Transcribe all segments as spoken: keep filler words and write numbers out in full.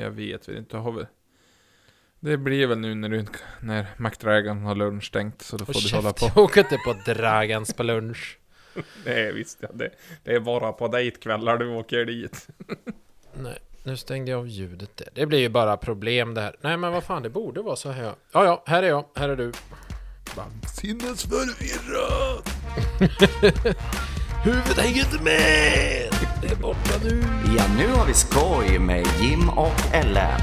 jag vet inte. Har vi... Det blir väl nu när, du, när McDragon har lunch stängt. Så då får och du käft, hålla på. Jag åker inte på Dragans på lunch. Nej, visst. Ja, det, det är bara på dejtkvällar du åker dit. Nej, nu stängde jag av ljudet där. Det blir ju bara problem det här. Nej, men vad fan, det borde vara så här. Ja, ja, här är jag. Här är du. Sinnesförvirrad. Huvudet hänger inte med. Det är borta nu. Ja, nu har vi skoj med Jim och Ellen.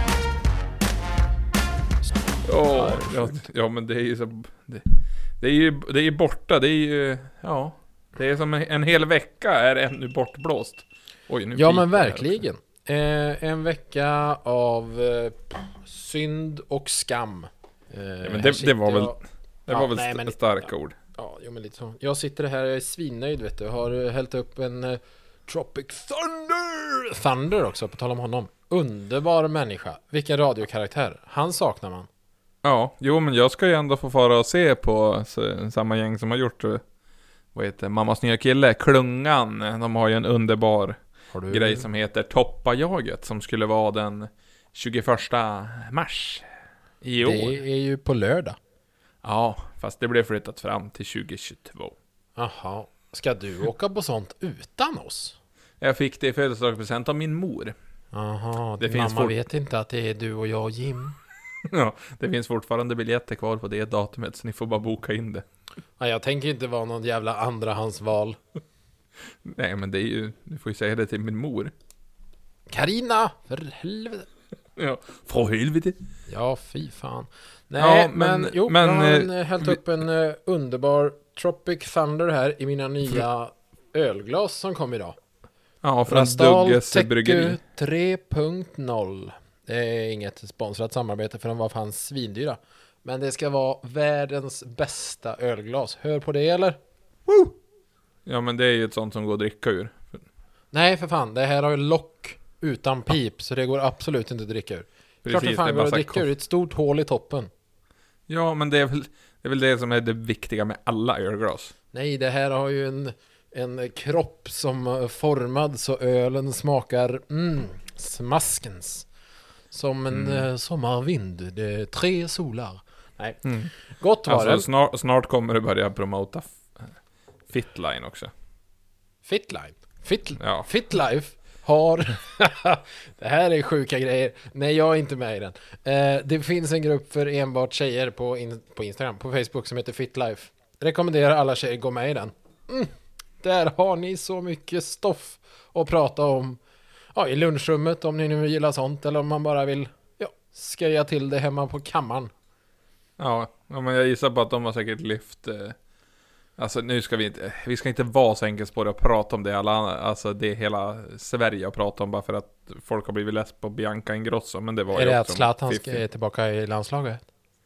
Oh, ja, ja, men det är ju så... Det, det är ju det är borta. Det är ju... Ja... Det är som en hel vecka är ännu bortblåst. Oj, nu ja, men verkligen. Eh, en vecka av eh, synd och skam. Eh, ja, men det, det var väl, jag... det ja, var väl nej, st- men, starka ja, ord. Ja, jo, men lite så. Jag sitter här, jag är svinnöjd, vet du. Jag har hällt upp en eh, Tropic Thunder. Thunder också, på tal om honom. Underbar människa. Vilken radiokaraktär. Han saknar man. Ja, jo, men jag ska ju ändå få fara och se på så, samma gäng som har gjort... Vad heter Mammas nya kille, Klungan. De har ju en underbar du... grej som heter Toppa-jaget, som skulle vara den tjugoförsta mars i år. Det är ju på lördag. Ja, fast det blev flyttat fram till tjugohundratjugotvå. Jaha, ska du åka på sånt utan oss? Jag fick det i födelsedagspresent av min mor. Jaha, din det mamma finns fort... vet inte att det är du och jag och Jim. Ja, det finns fortfarande biljetter kvar på det datumet, så ni får bara boka in det. Ja, jag tänker inte vara någon jävla andrahandsval. Nej, men det är ju... Du får ju säga det till min mor. Carina, för helvete. Ja, för helvete. Ja, fy fan. Nej, ja, men, men jo, men, jag har en, äh, hällt upp en uh, underbar Tropic Thunder här i mina nya ölglas som kom idag. Ja, från Dugges bryggeri. tre punkt noll. Det är inget sponsrat samarbete, för de var fan svindyra. Men det ska vara världens bästa ölglas. Hör på det, eller? Woo! Ja, men det är ju ett sånt som går att dricka ur. Nej, för fan. Det här har ju lock utan pip, så det går absolut inte att dricka ur. Precis, klart det fan går att dricka ur. Ett stort hål i toppen. Ja, men det är väl det, är väl det som är det viktiga med alla ölglas. Nej, det här har ju en, en kropp som är formad så ölen smakar mm, smaskens. Som en mm. eh, sommarvind. Det är tre solar. Nej, mm. gott var alltså, det. Snart, snart kommer det börja promota f- Fitline också. Fitline? Fit, ja. Fitlife har... det här är sjuka grejer. Nej, jag är inte med i den. Eh, det finns en grupp för enbart tjejer på, in, på Instagram, på Facebook, som heter Fitlife. Rekommenderar alla tjejer gå med i den. Mm. Där har ni så mycket stoff att prata om. Ja, i lunchrummet, om ni nu gillar sånt. Eller om man bara vill ja, sköja till det hemma på kammaren. Ja, men jag gissar på att de har säkert lyft... Eh, alltså nu ska vi inte... Vi ska inte vara så enkelt på det och prata om det. Alla, alltså det är hela Sverige att prata om bara för att folk har blivit less på Bianca Ingrosso. Men det var är ju det också att Zlatan är tillbaka i landslaget?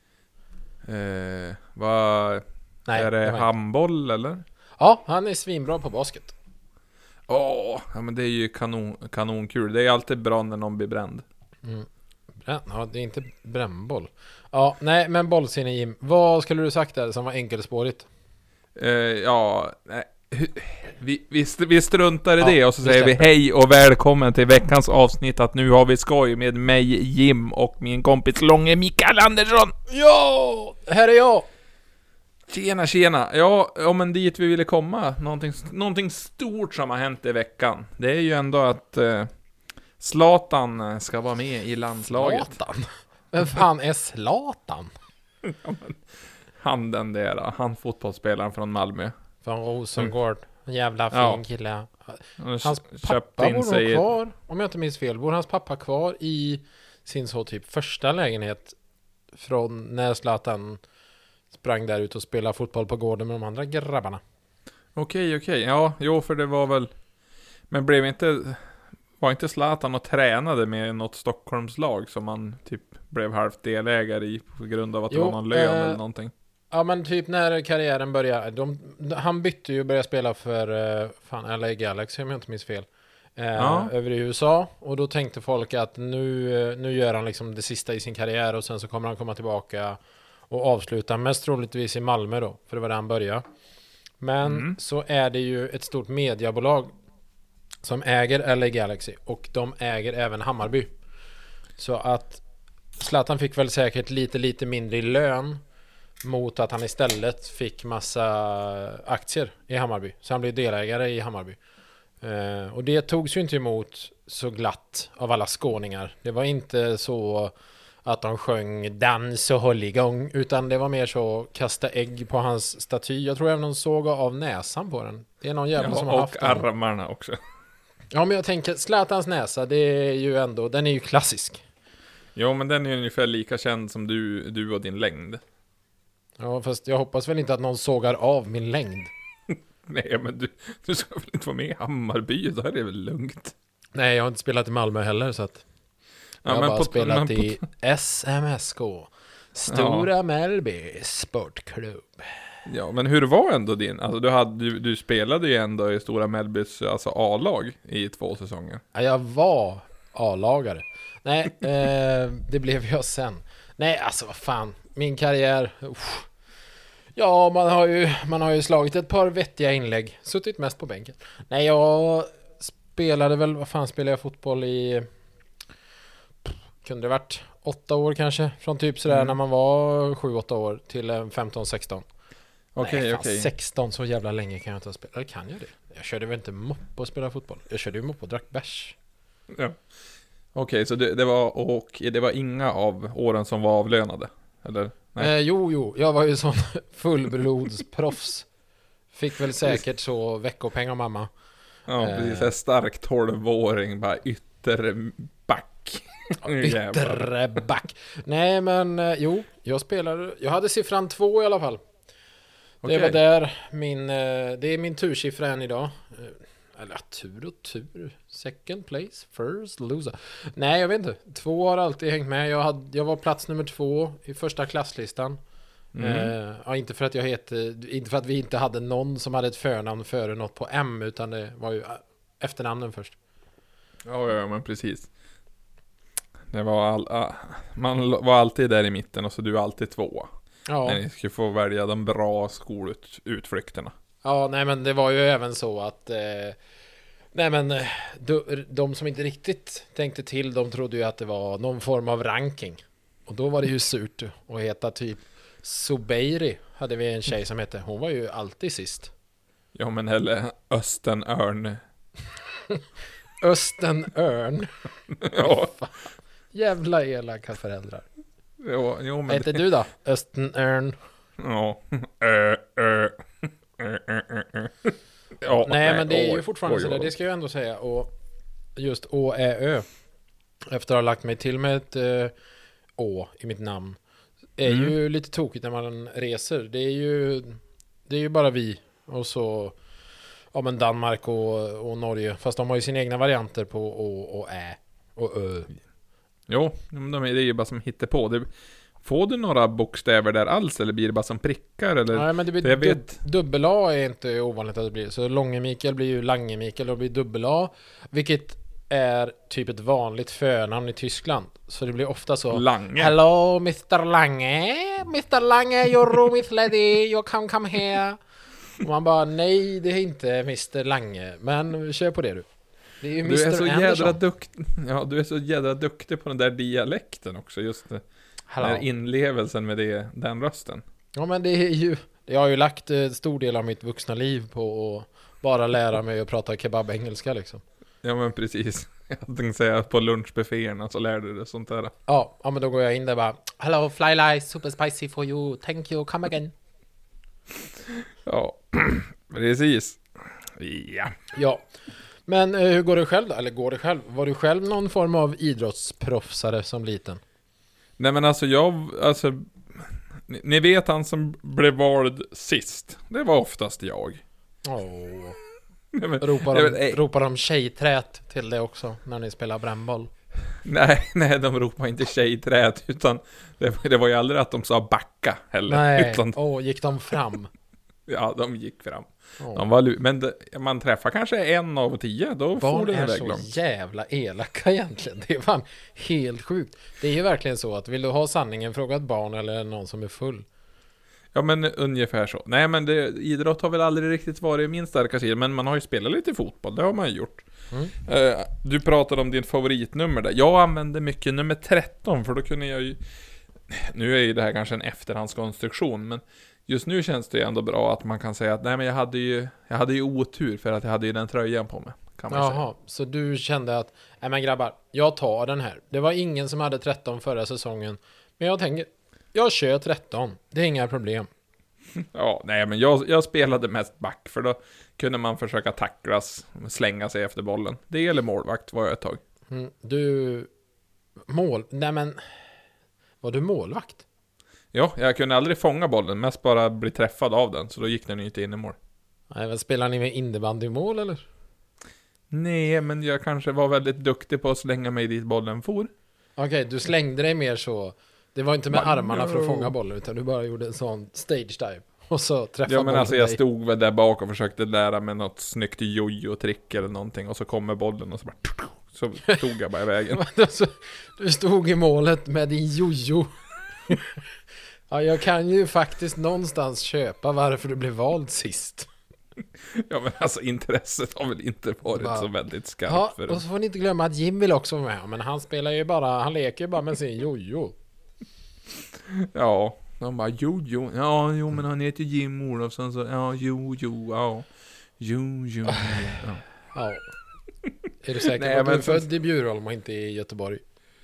Eh, vad... Nej, är det, det handboll eller? Ja, han är svinbra på basket. Åh, ja, men det är ju kanon, kanonkul. Det är alltid bra när någon blir bränd. Mm. Ja, det är inte brännboll. Ja, nej, men bollsinne Jim. Vad skulle du sagt där som var enkelspårigt? Uh, ja, nej. Vi, vi, vi struntar i ja, det och så vi säger vi hej och välkommen till veckans avsnitt. Att nu har vi skoj med mig, Jim, och min kompis Långe Mikael Andersson. Ja, här är jag. Tjena, tjena. Ja, ja, men dit vi ville komma. Någonting, någonting stort som har hänt i veckan. Det är ju ändå att uh, Zlatan ska vara med i landslaget. Zlatan? Vem fan är Zlatan? Ja, men, han den där, han fotbollsspelaren från Malmö. Från Rosengård. En jävla fin ja. kille. Hans pappa bor nog kvar, om jag inte minns fel, bor hans pappa kvar i sin så typ första lägenhet från när Zlatan sprang där ut och spelade fotboll på gården med de andra grabbarna. Okej, okej. Ja, jo, för det var väl... Men blev inte... Var inte Zlatan och tränade med något Stockholmslag som man typ blev halvt delägare i på grund av att jo, det var någon lön eh, eller någonting? Ja, men typ när karriären började... De, han bytte ju och började spela för uh, fan, L A Galaxy, om jag inte minns fel. Uh, ja. Över i U S A. Och då tänkte folk att nu, uh, nu gör han liksom det sista i sin karriär och sen så kommer han komma tillbaka och avsluta mest troligtvis i Malmö då, för det var där han började. Men mm. så är det ju ett stort mediebolag som äger L A Galaxy och de äger även Hammarby. Så att Zlatan fick väl säkert lite lite mindre i lön mot att han istället fick massa aktier i Hammarby. Så han blev delägare i Hammarby. Uh, och det togs ju inte emot så glatt av alla skåningar. Det var inte så att de sjöng dans och håll igång, utan det var mer så kasta ägg på hans staty. Jag tror även de såg av näsan på den. Det är någon jävel Ja, som har haft och den. armarna också. Ja, men jag tänker Zlatans näsa, det är ju ändå, den är ju klassisk. Jo, men den är ungefär lika känd som du, du och din längd. Ja, fast jag hoppas väl inte att någon sågar av min längd. Nej, men du, du ska väl inte vara med i Hammarby, då är det väl lugnt. Nej, jag har inte spelat i Malmö heller, så att jag Ja, har men bara på- spelat men på- i S M S K, Stora Mellby Sportklubb. Ja, men hur var ändå din? Alltså du, hade, du, du spelade ju ändå i Stora Mellbys alltså A-lag i två säsonger. Ja, jag var A-lagare. Nej, eh, det blev jag sen. Nej, alltså vad fan, min karriär. Uff. Ja, man har ju man har ju slagit ett par vettiga inlägg. Suttit mest på bänken. Nej, jag spelade väl, vad fan spelade jag fotboll i? Kunde det varit åtta år kanske? Från typ sådär Mm. när man var sju åtta år till eh, femton sexton. Okej, Nej, fan, okej. sexton, så jävla länge kan jag inte ha spelat. Eller kan jag det? Jag körde väl inte mopp och spelade fotboll. Jag körde ju mopp och drack bärs. Ja. Okej, så det, det var och det var inga av åren som var avlönade, eller? Nej. Eh, jo, jo, jag var ju sån fullblodsproffs. Fick väl säkert så veckopeng av mamma. Ja, eh. precis. En stark tolvåring, bara ytterback. Jävlar. Ytterback. Nej, men eh, jo, jag spelade. Jag hade siffran två i alla fall. Okej. Det var där min, eh, det är min tursiffra än idag. Eh, Eller tur och tur. Second place, first loser. Nej, jag vet inte. Två har alltid hängt med. Jag, hade, jag var plats nummer två i första klasslistan. Mm. Eh, ja, inte för att jag heter, inte för att vi inte hade någon som hade ett förnamn före något på M, utan det var ju efternamnen först. Ja, ja, men precis. Det var all, ah, man var alltid där i mitten och så du är alltid två. Ja. När ni skulle få välja de bra skolutflykterna. Ja, nej, men det var ju även så att eh, nej, men eh, de, de som inte riktigt tänkte till, de trodde ju att det var någon form av ranking. Och då var det ju surt att heta typ Sobeiri, hade vi en tjej som hette. Hon var ju alltid sist. Ja, men eller Östenörn. Östenörn. Ja, Jävla elaka föräldrar. jo, jo Vad men heter du då? Östenörn. ja. Ö, ö. Ö, ö, ö, ö. Ja, Nej, men det är ju oj, fortfarande oj, sådär, oj. det ska jag ändå säga. Och just Å, Ä, Ö, efter att ha lagt mig till med ett eh, Å i mitt namn, är Mm. ju lite tokigt när man reser. Det är ju det är ju bara vi och så ja, men Danmark och, och Norge, fast de har ju sina egna varianter på Å och Ä och Ö. Jo, men de är, det är ju bara som hittar på. Det, får du några bokstäver där alls, eller blir det bara som prickar? Eller? Nej, men det blir För jag dub, vet- dubbel-A är inte ovanligt att det blir. Så Långe-Mikael blir ju Lange-Mikael och det blir dubbel-A, vilket är typ ett vanligt förnamn i Tyskland. Så det blir ofta så: Lange. Hello mister Lange, mister Lange, your room is ready, you come come here. Och man bara, nej, det är inte mister Lange, men kör på det du. Det är ju Du är mister så Andersson. jädra duktig. Ja, du är så jädra duktig på den där dialekten också, just det. Den Hello. här inlevelsen med det, den rösten. Ja, men det är ju, jag har ju lagt en stor del av mitt vuxna liv på att bara lära mig att prata kebab-engelska liksom. Ja, men precis. Jag tänkte säga på lunchbufféerna så lärde du dig sånt där. Ja, ja, men då går jag in där bara, hello fly lice, super spicy for you, thank you, come again. Ja, precis. Ja. Ja, men eh, hur går det själv då? Eller går det själv? Var du själv någon form av idrottsproffsare som liten? Nej, men alltså jag, alltså ni, ni vet han som blev vald sist. Det var oftast jag. Åh. Nej, men, Ropar, nej, de, men, nej, ropar de tjejträt till det också när ni spelar brännboll? nej, nej, de ropade inte tjejträd, utan det, det var ju aldrig att de sa backa heller. Nej, Utan, åh, gick de fram? ja, de gick fram. Åh. De var, lu- men det, man träffar kanske en av tio, då får Barn den är iväg så långt. jävla elaka egentligen. Det är fan helt sjukt. Det är ju verkligen så att vill du ha sanningen, fråga ett barn eller någon som är full. Ja, men ungefär så. Nej, men det, idrott har väl aldrig riktigt varit min starka sida, men man har ju spelat lite fotboll, det har man ju gjort. Mm. Uh, du pratade om din favoritnummer där. Jag använde mycket nummer tretton, för då kunde jag ju... Nu är ju det här kanske en efterhandskonstruktion, men just nu känns det ju ändå bra att man kan säga att nej, men jag hade ju, jag hade ju otur för att jag hade ju den tröjan på mig, kan man Jaha, säga. så du kände att nej men grabbar, jag tar den här. Det var ingen som hade tretton förra säsongen, men jag tänker, jag kör tretton, det är inga problem. Ja, nej men jag, jag spelade mest back, för då kunde man försöka tacklas, slänga sig efter bollen. Det gäller målvakt var jag ett tag. Mm, du... Mål... Nej men... Var du målvakt? Ja, jag kunde aldrig fånga bollen, mest bara bli träffad av den, så då gick den ju inte in i mål. Nej, men spelar ni med innebandymål eller? Nej, men jag kanske var väldigt duktig på att slänga mig dit bollen for. Okej, okay, du slängde dig mer så. Det var inte med Bara, armarna no. för att fånga bollen, utan du bara gjorde en sån stage dive. Och så träffade Ja, men bollen alltså jag dig. stod väl där bak och försökte lära mig något snyggt jojo-trick eller någonting, och så kommer bollen och så bara... Så stod jag bara i vägen. Du stod i målet med din jojo. Ja, jag kan ju faktiskt någonstans köpa varför du blev vald sist. Ja, men alltså intresset har väl inte varit bara, så väldigt skarpt ja, för och så får ni inte glömma att Jim vill också vara med. Men han spelar ju bara, han leker ju bara med sin jojo. Ja, de bara jojo. Ja, jo, men han heter Jim Olofsson, så ja, jojo, ja. Jojo, ja. Ja. Är du säker Nej, på att du men är född i Bjurholm och inte i Göteborg?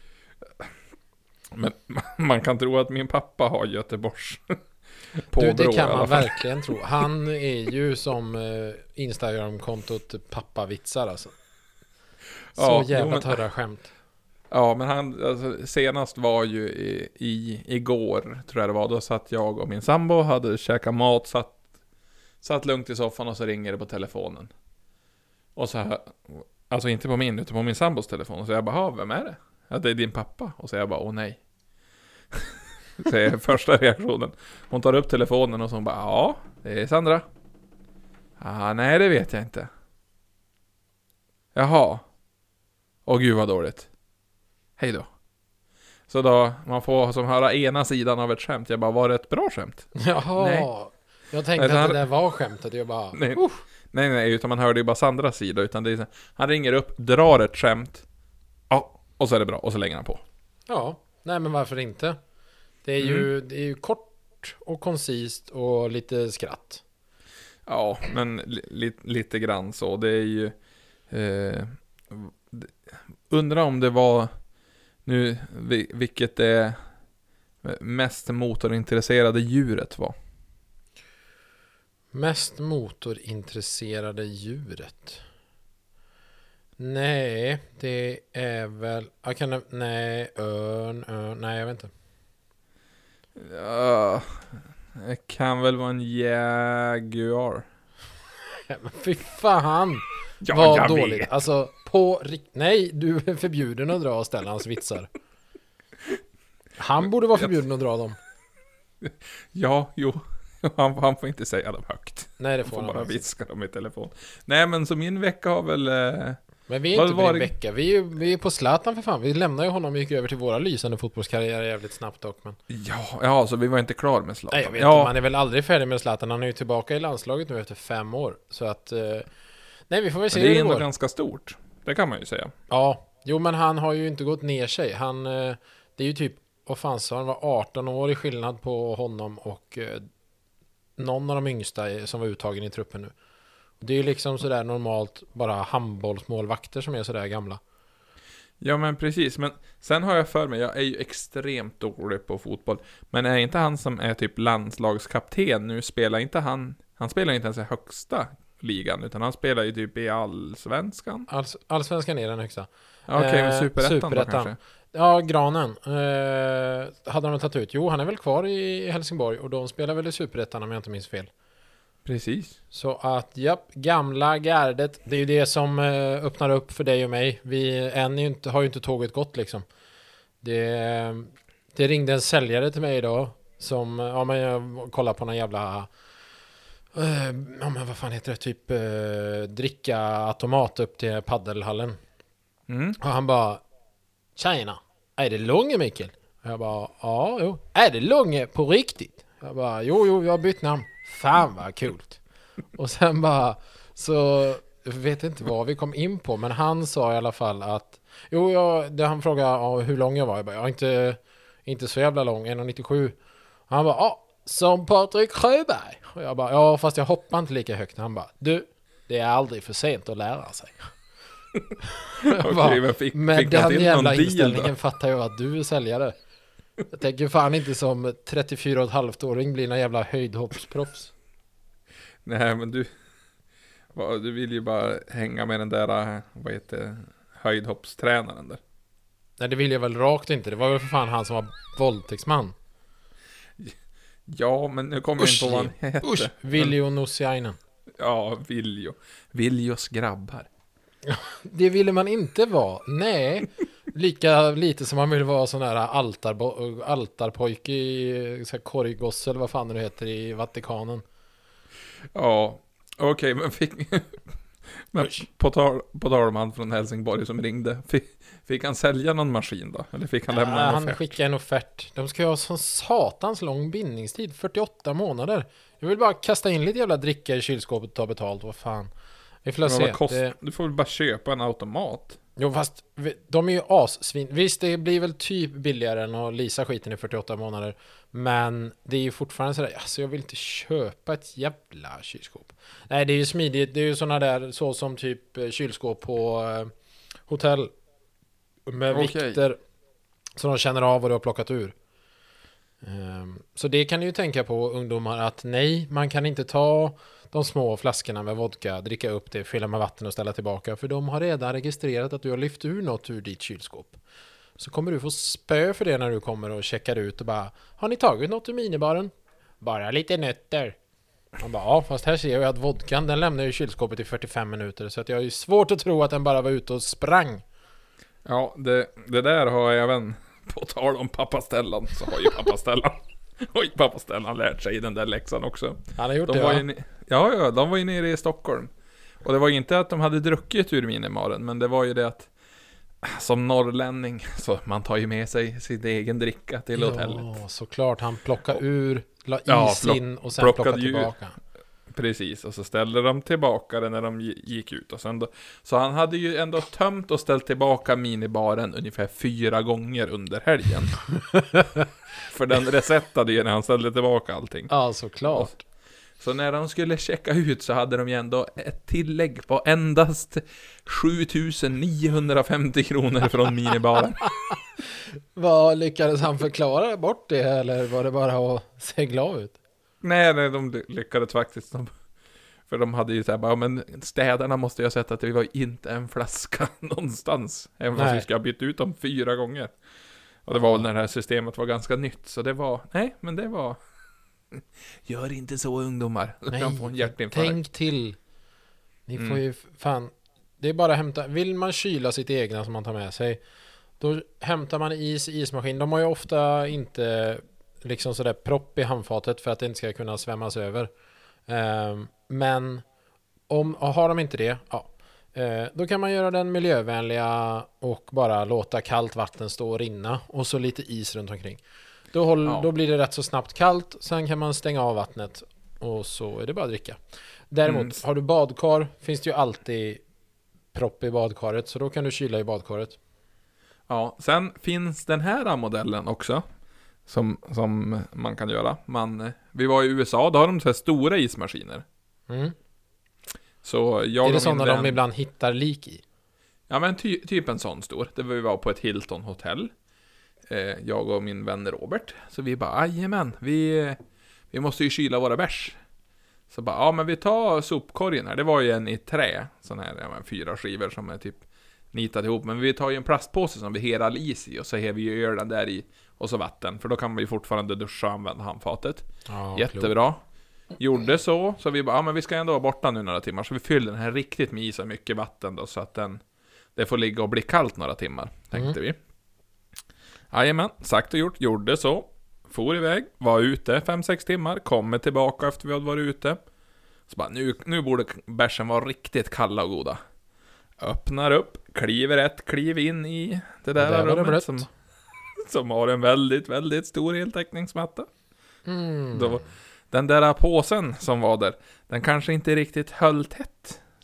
Men man kan tro att min pappa har Göteborgs på Du, det brå, kan i alla man fall. verkligen tro. Han är ju som eh, Instagram-kontot pappavitsar alltså. Så Ja, jävla jo, men- törra skämt. Ja, men han, alltså, senast var ju i, i, igår, tror jag det var, då satt jag och min sambo, hade käkat mat, satt, satt lugnt i soffan och så ringer det på telefonen. Och så här, alltså inte på min, utan på min sambos telefon. Så jag bara, ha, vem är det? Ja, det är din pappa. Och så jag bara, åh nej. Så är första reaktionen. Hon tar upp telefonen och så hon bara, ja, det är Sandra. Ah, nej, det vet jag inte. Jaha. Åh gud vad dåligt. Hej då. Så då, man får som höra ena sidan av ett skämt. Jag bara, var det ett bra skämt? Jaha. Nej. Jag tänkte Nej, att han- det där var skämtet. Jag bara, Nej. uff. Nej, nej, utan man hörde ju bara Sandras sida. Utan det är så, han ringer upp, drar ett skämt. Ja, och så är det bra. Och så lägger han på. Ja, nej men varför inte? Det är, ju, det är ju kort och koncist och lite skratt. Ja, men li, li, lite grann så. Det är ju... Eh, undrar om det var... Nu, vi, vilket det mest motorintresserade djuret var. Mest motorintresserade djuret. Nej, det är väl... Jag kan... Nej, örn, örn... Nej, jag vet inte. Ja, det kan väl vara en jaguar. Ja, men fy fan! Ja, vad jag dåligt. vet. Alltså, på... rik- Nej, du är förbjuden att dra och ställa hans vitsar. Han borde vara förbjuden att dra dem. Ja, jo. Han, han får inte säga dem högt. Nej, det Han får får han bara faktiskt. viska dem i telefon. Nej, men så min vecka har väl... Eh, Men vi är Vad inte på var din det- vecka. Vi är, vi är på Zlatan för fan. Vi lämnar ju honom och gick över till våra lysande fotbollskarriärer jävligt snabbt dock. Men... ja, ja, så vi var inte klar med Zlatan. Nej, jag vet ja. inte. Man är väl aldrig färdig med Zlatan. Han är ju tillbaka i landslaget nu efter fem år. Så att... Eh... Nej, vi får väl se Men det hur är det ändå går. ganska stort. Det kan man ju säga. Ja, jo men han har ju inte gått ner sig. Han... Eh... Det är ju typ... Vad fan sa han? var arton år i skillnad på honom och... Eh... Någon av de yngsta som var uttagen i truppen nu. Det är ju liksom sådär normalt bara handbollsmålvakter som är sådär gamla. Ja, men precis. Men sen har jag för mig, jag är ju extremt dålig på fotboll. Men är inte han som är typ landslagskapten nu, spelar inte han... Han spelar inte ens i högsta ligan, utan han spelar ju typ i allsvenskan. Alls, allsvenskan är den högsta. Ja, Okej, okay, Eh, men superettan, superettan. då kanske. Ja, Granen. Eh, hade de tagit ut? Jo, han är väl kvar i Helsingborg och de spelar väl i superettan om jag inte minns fel. Precis. Så att, japp, gamla gardet. Det är ju det som eh, öppnar upp för dig och mig. Vi än är ju inte, har ju inte tåget gått liksom. Det, det ringde en säljare till mig idag som, ja men jag kollar på någon jävla eh, ja men vad fan heter det, typ eh, dricka automat upp till paddelhallen. Mm. Och han bara, tjena, är det Långe Mikael? Jag bara, ja, jo. Är det Långe på riktigt? Jag bara, jo, jo, jag har bytt namn. Fan vad kul. Och sen bara, så jag vet inte vad vi kom in på, men han sa i alla fall att jo, jag, det han frågade ja, hur lång jag var. Jag bara, jag är inte, inte så jävla lång, en komma nittiosju. Han bara, ja, som Patrik Sjöberg. Och jag bara, ja, fast jag hoppar inte lika högt. Han bara, du, det är aldrig för sent att lära sig. Okej, bara, men fick, med fick han den till jävla någon inställningen deal då? fattar jag att du är säljare. Jag tänker fan inte som trettiofyra och ett halvt åring blir någon jävla höjdhoppsproffs. Nej, men du, vad, du vill ju bara hänga med den där, vad heter det, höjdhoppstränaren där. Nej, det vill jag väl rakt inte. Det var väl för fan han som var våldtäktsman. Ja, men nu kommer jag in på vad han heter. Usch, Viljo Nussiainen. Ja, Viljo. Viljos grabbar. Det ville man inte vara. Nej, lika lite som man vill vara sån här altarbo- altarpojke i så här korggosse eller vad fan det heter i Vatikanen. Ja, okej, okay, men fick... men på tal, på tal om han från Helsingborg som ringde, fick, fick han sälja någon maskin då? Eller fick han lämna ja, en han offert? skickade en offert. De ska ju ha sån satans lång bindningstid, fyrtioåtta månader. Jag vill bara kasta in lite jävla dricka i kylskåpet och ta betalt, vad fan. Vi får Men se. vad kost... Det... Du får väl bara köpa en automat. Jo, fast vi- de är ju assvin. Visst, det blir väl typ billigare än att leasa skiten i fyrtioåtta månader. Men det är ju fortfarande sådär, alltså jag vill inte köpa ett jävla kylskåp. Nej, det är ju smidigt. Det är ju sådana där, så som typ eh, kylskåp på eh, hotell. Med Okej. vikter som de känner av vad du har plockat ur. Ehm, så det kan ni ju tänka på, ungdomar, att nej, man kan inte ta de små flaskorna med vodka, dricka upp det, fylla med vatten och ställa tillbaka, för de har redan registrerat att du har lyft ur något ur ditt kylskåp. Så kommer du få spö för det när du kommer och checkar ut och bara, har ni tagit något ur minibaren? Bara lite nötter. Man bara, ja, fast här ser jag att vodkan, den lämnar ju kylskåpet i fyrtiofem minuter, så att jag är ju svårt att tro att den bara var ute och sprang. Ja, det, det där har jag även, på tal om pappa Stellan, så har ju pappa Stellan Oj, pappa Stellan lärt sig den där läxan också. Han har gjort De det, var va? ju, ne- ja, ja, de var ju nere i Stockholm. Och det var ju inte att de hade druckit ur minimaren, men det var ju det att som norrlänning så man tar ju med sig sin egen dricka till hotellet. Ja, såklart. Han plockade ur, la i Ja, sin och sen plockade plockade ju- tillbaka. Precis, och så ställde de tillbaka det när de gi- gick ut. Och sen då, så han hade ju ändå tömt och ställt tillbaka minibaren ungefär fyra gånger under helgen. För den resettade ju när han ställde tillbaka allting. Ja, såklart. Så när de skulle checka ut så hade de ju ändå ett tillägg på endast sjutusen niohundrafemtio kronor från minibaren. Vad lyckades han förklara bort det, eller var det bara att segla av ut? Nej, nej, de lyckades faktiskt. De, för de hade ju såhär bara, men städarna måste jag sätta att det var inte en flaska någonstans. Även fast Nej. vi ska ha bytt ut dem fyra gånger. Och det var väl när det här systemet var ganska nytt. Så det var, nej, men det var... Gör inte så, ungdomar. Nej, De får en hjärtinfarkt. tänk till. Ni Mm. får ju f- fan... Det är bara att hämta... Vill man kyla sitt egna som man tar med sig, då hämtar man is i ismaskin. De har ju ofta inte liksom sådär propp i handfatet för att det inte ska kunna svämmas över. Ehm, men om har de inte det, ja, eh, då kan man göra den miljövänliga och bara låta kallt vatten stå och rinna och så lite is runt omkring. Då, håll, Ja. då blir det rätt så snabbt kallt. Sen kan man stänga av vattnet och så är det bara att dricka. Däremot, Mm. har du badkar finns det ju alltid propp i badkaret, så då kan du kyla i badkaret. Ja, sen finns den här modellen också. Som, som man kan göra. Man, vi var i U S A, då har de så här stora ismaskiner. Mm. Så jag Är det och min sådana vän, de ibland hittar lik i? Ja, men ty, typ en sån stor. Det var vi var på ett Hilton hotell. Eh, jag och min vän Robert. Så vi bara, jajamän, vi, vi måste ju kyla våra bärs. Så bara, ja men vi tar sopkorgen här. Det var ju en i trä. Sån här, ja, men fyra skivor som är typ nitat ihop. Men vi tar ju en plastpåse som vi har all is i. Och så har vi ju ölen där i. Och så vatten. För då kan man ju fortfarande duscha och använda handfatet. Ja, Jättebra. Gjorde så. Så vi bara, ja men vi ska ändå vara borta nu några timmar. Så vi fyller den här riktigt med is och mycket vatten då. Så att den, det får ligga och bli kallt några timmar. Tänkte vi. Jajamän, sagt och gjort. Gjorde så. For iväg. Var ute fem sex timmar. Kommer tillbaka efter vi hade varit ute. Så bara, nu, nu borde bärsen vara riktigt kalla och goda. Öppnar upp. Kliver ett kliv in i det där, Och där var det rummet. blött. Som, som har en väldigt, väldigt stor heltäckningsmatta. Mm. Då, den där påsen som var där, den kanske inte riktigt höll tätt.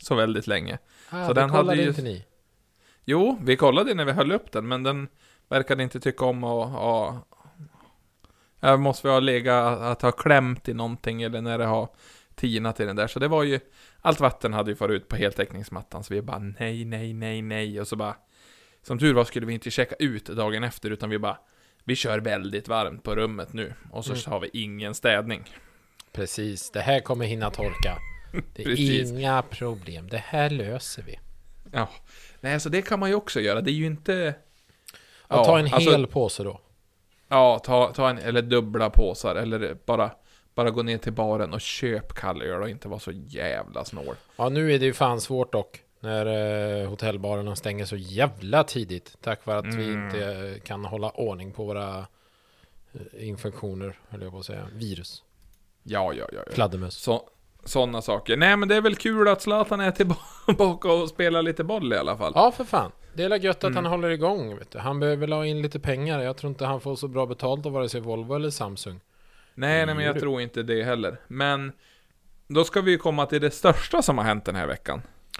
så väldigt länge. Ah, så det den kollade hade ju... inte ni. Jo, vi kollade när vi höll upp den, men den verkade inte tycka om att ha... Jag måste vi ha legat att ha klämt i någonting eller när det har tinat i den där. Så det var ju... Allt vatten hade ju farit ut på heltäckningsmattan, så vi bara nej, nej, nej, nej. Och så bara... Som tur var skulle vi inte checka ut dagen efter, utan vi bara... Vi kör väldigt varmt på rummet nu. Och så mm. har vi ingen städning. Precis, det här kommer hinna torka. Det är Precis. Inga problem, det här löser vi. Ja, nej, så det kan man ju också göra. Det är ju inte... Ja, ja, ta en alltså, hel påse då. Ja, ta, ta en eller dubbla påsar. Eller bara, bara gå ner till baren och köp kallöl och inte vara så jävla snål. Ja, nu är det ju fan svårt dock. När eh, hotellbarerna stänger så jävla tidigt. Tack vare att Mm. vi inte kan hålla ordning på våra eh, infektioner, höll jag på att säga. Virus. Ja, ja, ja. ja. Fladdermöss. Så, sådana saker. Nej, men det är väl kul att Zlatan är tillbaka och spelar lite boll i alla fall. Ja, för fan. Det är gött att Mm. han håller igång, vet du. Han behöver ha in lite pengar. Jag tror inte han får så bra betalt av vare sig Volvo eller Samsung. Nej, nej, men jag tror inte det heller. Men då ska vi ju komma till det största som har hänt den här veckan.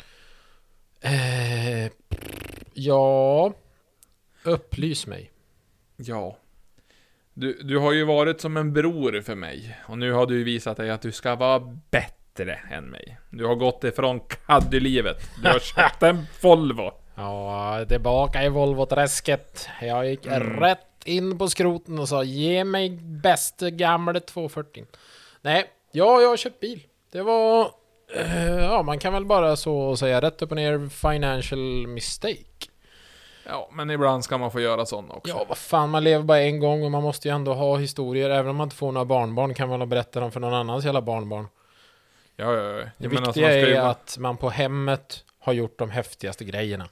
Eh, ja, upplys mig. Ja. Du, du har ju varit som en bror för mig. Och nu har du visat dig att du ska vara bättre än mig. Du har gått ifrån kaddylivet. Du har köpt en Volvo. Ja, tillbaka i Volvo-träsket. Jag gick Mm. rätt in på skroten och sa ge mig bästa gamla tvåhundrafyrtio. Nej, ja, jag har köpt bil. Det var, eh, ja, man kan väl bara så säga rätt upp och ner financial mistake. Ja, men ibland ska man få göra sådana också. Ja, vad fan, man lever bara en gång och man måste ju ändå ha historier. Även om man inte får några barnbarn kan man väl berätta dem för någon annans jävla barnbarn. Ja, ja, ja. Det Men viktiga alltså, man ska ju är vara- att man på hemmet har gjort de häftigaste grejerna.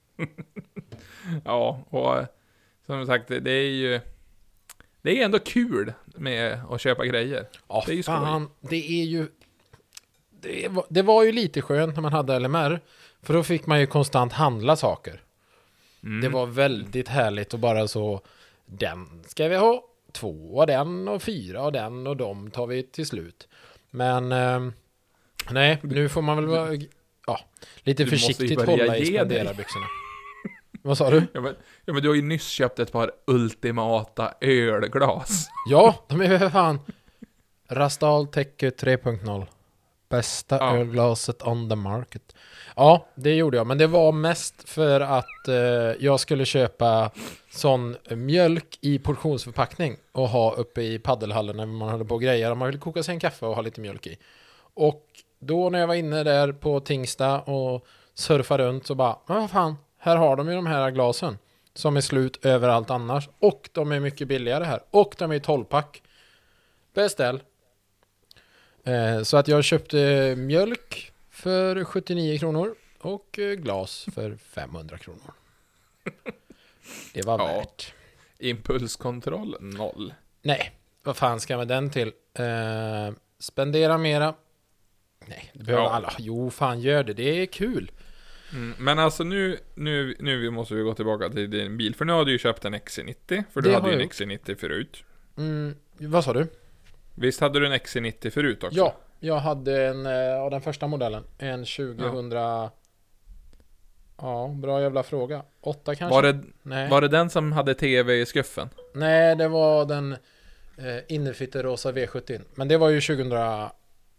Ja, och eh, som sagt, det det är ju... Det är ändå kul med att köpa grejer. Ja, Det är ju skoj. fan, det är ju... Det var, det var ju lite skönt när man hade L M R. För då fick man ju konstant handla saker. Mm. Det var väldigt härligt och bara så... Den ska vi ha. Två av den och fyra av den och de tar vi till slut. Men... ehm, nej, nu får man väl vara... Ja, lite Du måste ju försiktigt börja hålla i ge dig. spenderarbyxorna. Vad sa du? Ja men, ja, men du har ju nyss köpt ett par ultimata ölglas. Ja, de är för fan. Rastal Tekke tre punkt noll. Bästa Ja. ölglaset on the market. Ja, det gjorde jag. Men det var mest för att eh, jag skulle köpa sån mjölk i portionsförpackning och ha uppe i paddelhallen när man håller på och grejer. Man vill koka sig en kaffe och ha lite mjölk i. Och då när jag var inne där på Tingsta och surfade runt så bara, men vad fan, här har de ju de här glasen som är slut överallt annars. Och de är mycket billigare här. Och de är i tolv-pack. Beställ. Eh, så att jag köpte mjölk för sjuttionio kronor och eh, glas för femhundra kronor. Det var Ja. värt. Impulskontroll noll. Nej, vad fan ska man den till? Eh, spendera mera. Nej, det behöver Ja. alla. Jo, fan gör det. Det är kul. Mm, men alltså nu, nu, nu måste vi gå tillbaka till din bil. För nu har du ju köpt en X C nittio. För du Det hade har ju en jag X C nittio förut. Mm, vad sa du? Visst hade du en X C nittio förut också? Ja, jag hade en eh, av den första modellen. En tjugohun... Ja. ja, bra jävla fråga. Åtta kanske? Var det, Nej. var det den som hade tv i skuffen? Nej, det var den eh, innerfitterosa V sjuttio. Men det var ju tjugohundrasju.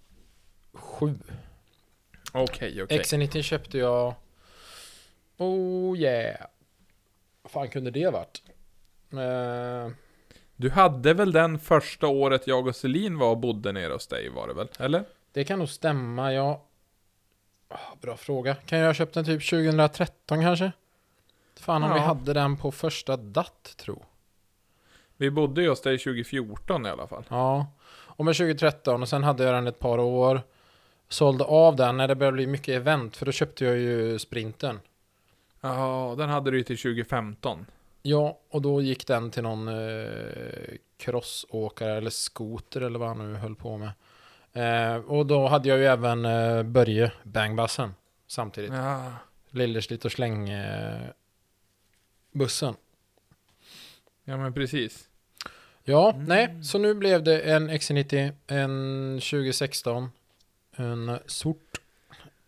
Okej, okej. X C nittio köpte jag... Oh yeah. Vad fan kunde det varit? Eh, Du hade väl den första året jag och Selin var och bodde nere hos dig, var det väl? Eller? det kan nog stämma, ja. Ah, bra fråga. Kan jag ha köpt den typ tjugohundratretton kanske? Fan om Ja. vi hade den på första datt, tro. Vi bodde ju hos dig tjugofjorton i alla fall. Ja. Och med tjugotretton och sen hade jag den ett par år. Sålde av den när det började bli mycket event. För då köpte jag ju Sprinten. Ja, den hade du ju till tjugofemton. Ja, och då gick den till någon eh, crossåkare eller skoter eller vad han nu höll på med. Eh, och då hade jag ju även eh, Börje Bangbassen samtidigt. Ja. Lillerslit och släng eh, bussen. Ja, men precis. Ja, Mm. nej, så nu blev det en X C nittio, en tjugo sexton, en sort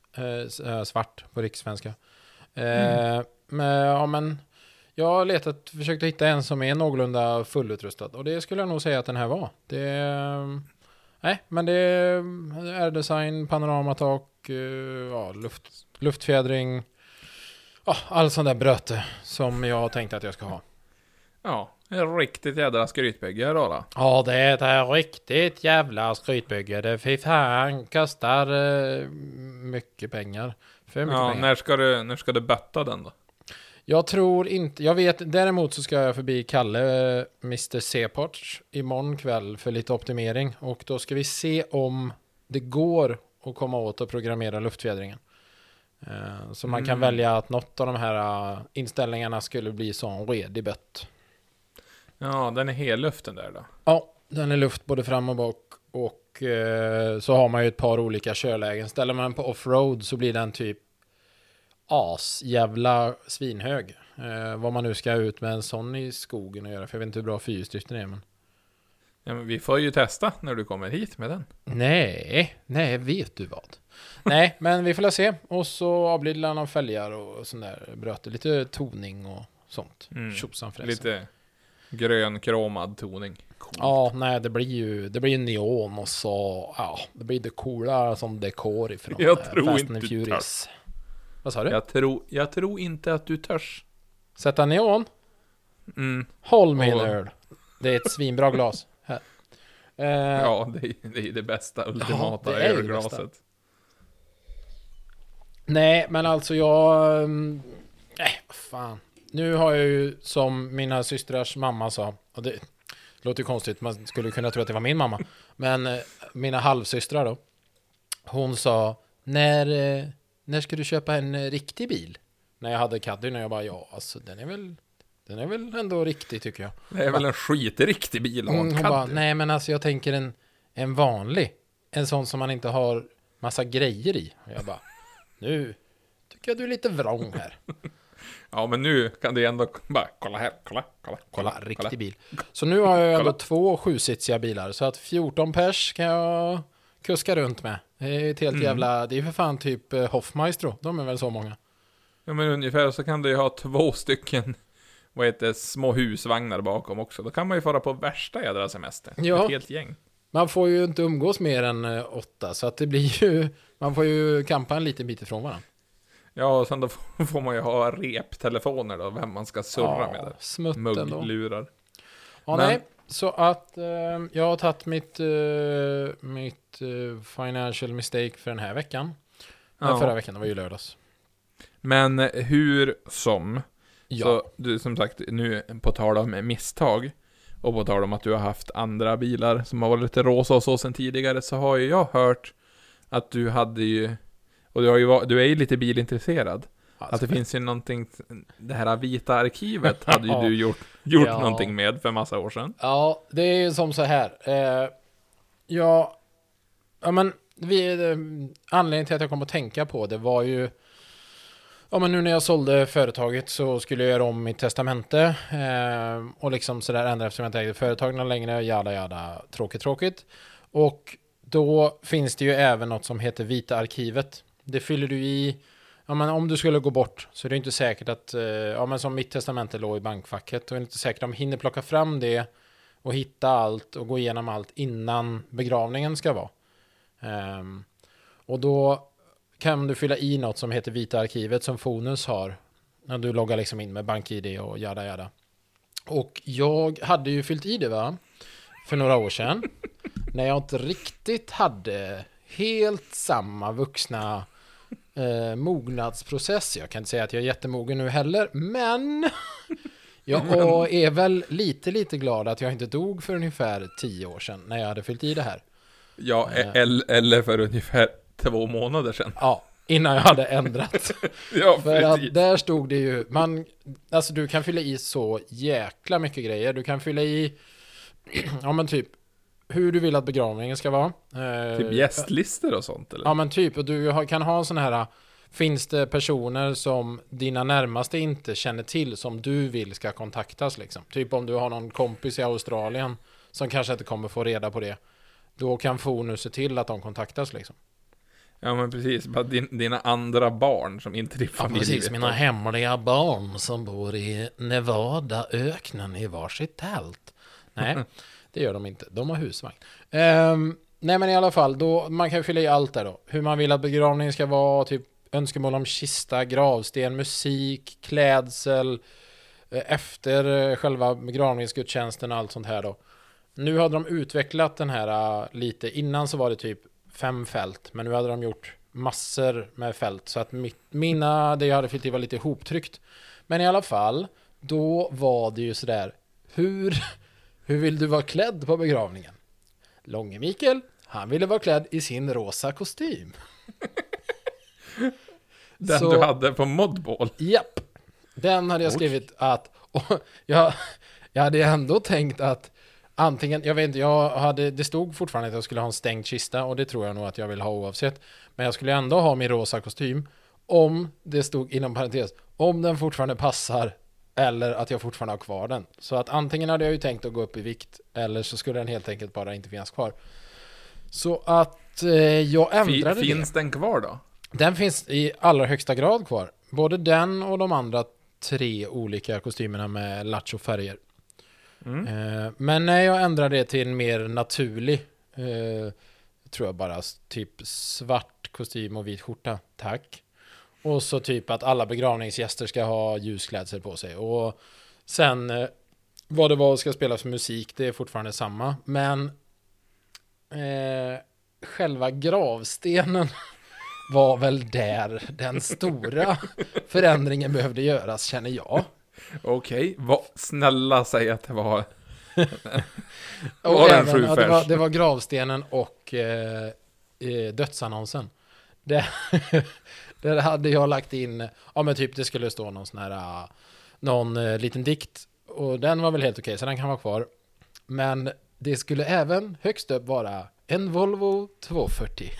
Eh, svart på rikssvenska. Eh, mm. men, ja, men jag har letat, försökt hitta en som är någorlunda fullutrustad. Och det skulle jag nog säga att den här var. Det, nej, men det är design, panoramatak, ja, luft, luftfjädring. Ja, all sån där bröte som jag tänkte att jag ska ha. Ja, en riktigt jädra skrytbygge då, då. Ja, det är ett riktigt jävla skrytbygge. Det fy fan kostar uh, mycket pengar. För mycket ja, pengar. När ska du, när ska du bötta den då? Jag tror inte, jag vet, däremot så ska jag förbi Kalle, mister Seports, imorgon kväll för lite optimering. Och då ska vi se om det går att komma åt och programmera luftfjädringen. Uh, så man Mm. kan välja att något av de här uh, inställningarna skulle bli sån redig bött. Ja, den är helluften där då. Ja, den är luft både fram och bak. Och uh, så har man ju ett par olika körlägen. Ställer man på offroad så blir den typ as jävla svinhög. Uh, vad man nu ska ut med en sån i skogen och göra. För jag vet inte hur bra fyrhjulsdriften är. Men... Ja, men vi får ju testa när du kommer hit med den. Nej, nej, vet du vad? Nej, men vi får la se. Och så avblir någon fälgar och sån där bröte. Lite toning och sånt. Mm. Tjosan fräsen. Lite grönkromad toning. Coolt. Ja, nej, det blir ju det blir neon och så, ja, det blir det coola som dekor ifrån Jag eh, tror Fast inte and du Furious. Vad sa du? Jag tror, jag tror inte att du törs. Sätta neon? Mm. Håll min Och- öl. Det är ett svinbra glas. Här. Eh, Ja, det är, det är det bästa, ultimata det är ju det ölglaset. Nej, men alltså jag... mm, Nej, vad fan. Nu har jag ju, som mina systrars mamma sa, och det låter ju konstigt, man skulle kunna tro att det var min mamma, men eh, mina halvsystrar då, hon sa, när, eh, när ska du köpa en eh, riktig bil? När jag hade Caddy, när jag bara, ja, alltså den är väl, den är väl ändå riktig tycker jag. Det är väl en skitriktig bil att ha Mm, en hon bara, Caddy. nej men alltså jag tänker en, en vanlig, en sån som man inte har massa grejer i. Och jag bara, nu tycker jag du är lite vrång här. Ja, men nu kan det ändå bara, kolla här, kolla, kolla, Kolla, riktig bil. Så nu har jag ändå Kolla. två sjusitsiga bilar. Så att fjorton pers kan jag kuska runt med. Det är ett helt Mm. jävla... Det är för fan typ eh, Hoffmaestro. De är väl så många. Ja, men ungefär så kan du ju ha två stycken, vad heter det, små husvagnar bakom också. Då kan man ju fara på värsta jädra semester. Ja. Ett helt gäng. Man får ju inte umgås mer än eh, åtta. Så att det blir ju... Man får ju kampa en liten bit ifrån varandra. Ja, och sen då får får man ju ha reptelefoner då, vem man ska surra med. Det. Smutten då. Mugglurar. Ja, Men- nej. Så att eh, jag har tagit mitt, eh, mitt eh, financial mistake för den här veckan. Ja. Ja. Förra veckan, det var ju lördags. Men hur som, Ja. så du som sagt, nu på tal om misstag, och på tal om att du har haft andra bilar som har varit lite rosa och så sen tidigare, så har ju jag hört att du hade ju, och du, har ju, va- du är ju lite bilintresserad, Alltså, att det finns ju någonting, det här vita arkivet hade ju du gjort, gjort Ja. någonting med för massa år sedan. Ja, det är ju som så här. Eh, ja, ja, men vi, eh, anledningen till att jag kom att tänka på det var ju... Ja, men nu när jag sålde företaget så skulle jag göra om mitt testamente. Eh, och liksom sådär ändra eftersom jag inte ägde företagen längre. Jada, jada, tråkigt, tråkigt. Och då finns det ju även något som heter vita arkivet. Det fyller du i... Ja, men om du skulle gå bort så är det inte säkert att... Eh, ja, men som mitt testamente låg i bankfacket. Och det är inte säkert att de hinner plocka fram det och hitta allt och gå igenom allt innan begravningen ska vara. Ehm, och då kan du fylla i något som heter vita arkivet som Fonus har när du loggar liksom in med BankID och jada jada. Och jag hade ju fyllt i det va för några år sedan när jag inte riktigt hade helt samma vuxna eh, mognadsprocess. Jag kan inte säga att jag är jättemogen nu heller, men jag är väl lite lite glad att jag inte dog för ungefär tio år sedan när jag hade fyllt i det här. Ja, Eh. eller, eller för ungefär två månader sedan. Ja, innan jag hade ändrat. Ja, För precis. att där stod det ju, man, alltså du kan fylla i så jäkla mycket grejer. Du kan fylla i, ja men typ, hur du vill att begravningen ska vara. Eh, Typ gästlistor och sånt, eller? Ja men typ, och du har, kan ha en sån här, finns det personer som dina närmaste inte känner till som du vill ska kontaktas liksom. Typ om du har någon kompis i Australien som kanske inte kommer få reda på det. Då kan Fonus se till att de kontaktas liksom. Ja men precis, bara din, dina andra barn som inte din Ja, familj precis, vet mina om. hemliga barn som bor i Nevada-öknen i varsitt tält. Nej, det gör de inte. De har husvagn. Ehm, nej, men i alla fall, då, man kan fylla i allt där då. Hur man vill att begravningen ska vara, typ önskemål om kista, gravsten, musik, klädsel, eh, efter eh, själva begravningsgudstjänsten och allt sånt här då. Nu hade de utvecklat den här uh, lite. Innan så var det typ fem fält, men nu hade de gjort massor med fält, så att mitt, mina, det jag hade fyllt i var lite ihoptryckt. Men i alla fall, då var det ju sådär, hur, hur vill du vara klädd på begravningen? Långe Mikael, han ville vara klädd i sin rosa kostym. Den Så- du hade på Modball. Japp, den hade jag Oj. skrivit att, och jag, jag hade ändå tänkt att antingen, jag vet inte, jag hade, det stod fortfarande att jag skulle ha en stängd kista, och det tror jag nog att jag vill ha oavsett. Men jag skulle ändå ha min rosa kostym, om det stod inom parentes, om den fortfarande passar, eller att jag fortfarande har kvar den. Så att antingen hade jag ju tänkt att gå upp i vikt, eller så skulle den helt enkelt bara inte finnas kvar. Så att eh, jag Fi, ändrade det. finns den kvar då? Den finns i allra högsta grad kvar. Både den och de andra tre olika kostymerna med lattjo-färger. Mm. Eh, men när jag ändrade det till en mer naturlig, eh, tror jag bara s- typ svart kostym och vit skjorta. Tack. Och så typ att alla begravningsgäster ska ha ljusklädsel på sig. Och sen eh, vad det var ska spelas för musik, det är fortfarande samma. Men eh, själva gravstenen var väl där den stora förändringen behövde göras, känner jag. Okej, vad snälla säg att det var... Och Var det en även, sju ja, det, var, färs? det var gravstenen och eh, eh, dödsannonsen. Det, där hade jag lagt in, ja men typ det skulle stå någon sån här, uh, någon uh, liten dikt. Och den var väl helt okej, så den kan vara kvar. Men det skulle även högst upp vara en Volvo tvåhundrafyrtio.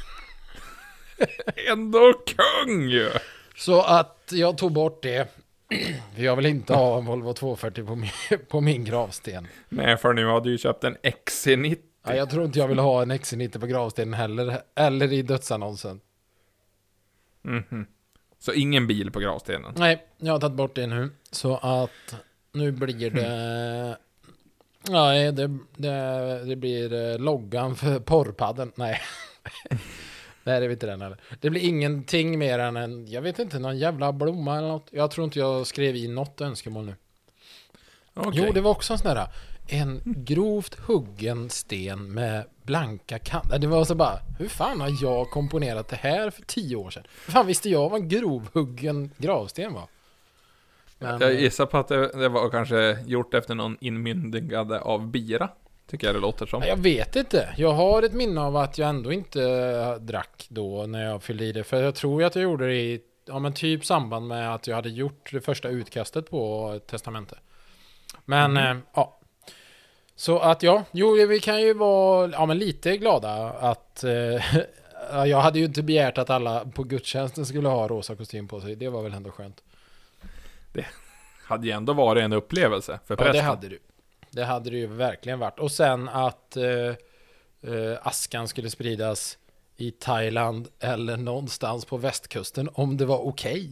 Ändå kung ju! Så att jag tog bort det. För jag vill inte ha en Volvo tvåhundrafyrtio på min, på min gravsten. Nej, för nu hade du ju köpt en X C nittio. Ja, jag tror inte jag vill ha en X C nittio på gravstenen heller. Eller i dödsannonsen. Mhm. Så ingen bil på gravstenen. Nej, jag har tagit bort det nu. Så att nu blir det... Nej, det, det, det blir eh, loggan för porrpadden. Nej. Nej, det är inte den heller. Det blir ingenting mer än en, jag vet inte, någon jävla blomma eller något. Jag tror inte jag skrev i något önskemål nu. Okej. Jo, det var också en sån där, en grovt huggen sten med blanka kanter. Det var så bara, hur fan har jag komponerat det här för tio år sedan? Hur fan visste jag vad en grovhuggen gravsten var? Men, Jag gissar på att det, det var kanske gjort efter någon inmyndigade av bira. Tycker jag det låter som. jag vet inte. Jag har ett minne av att jag ändå inte drack då när jag fyllde i det. För jag tror att jag gjorde det i, ja men typ samband med att jag hade gjort det första utkastet på testamentet. Men, Mm. eh, ja. Så att ja, jo vi kan ju vara, ja men lite glada att eh, ja, jag hade ju inte begärt att alla på gudstjänsten skulle ha rosa kostym på sig. Det var väl ändå skönt. Hade ju ändå varit en upplevelse för Ja, prästen. det hade du. Det hade det ju verkligen varit. Och sen att eh, eh, askan skulle spridas i Thailand eller någonstans på västkusten om det var okej.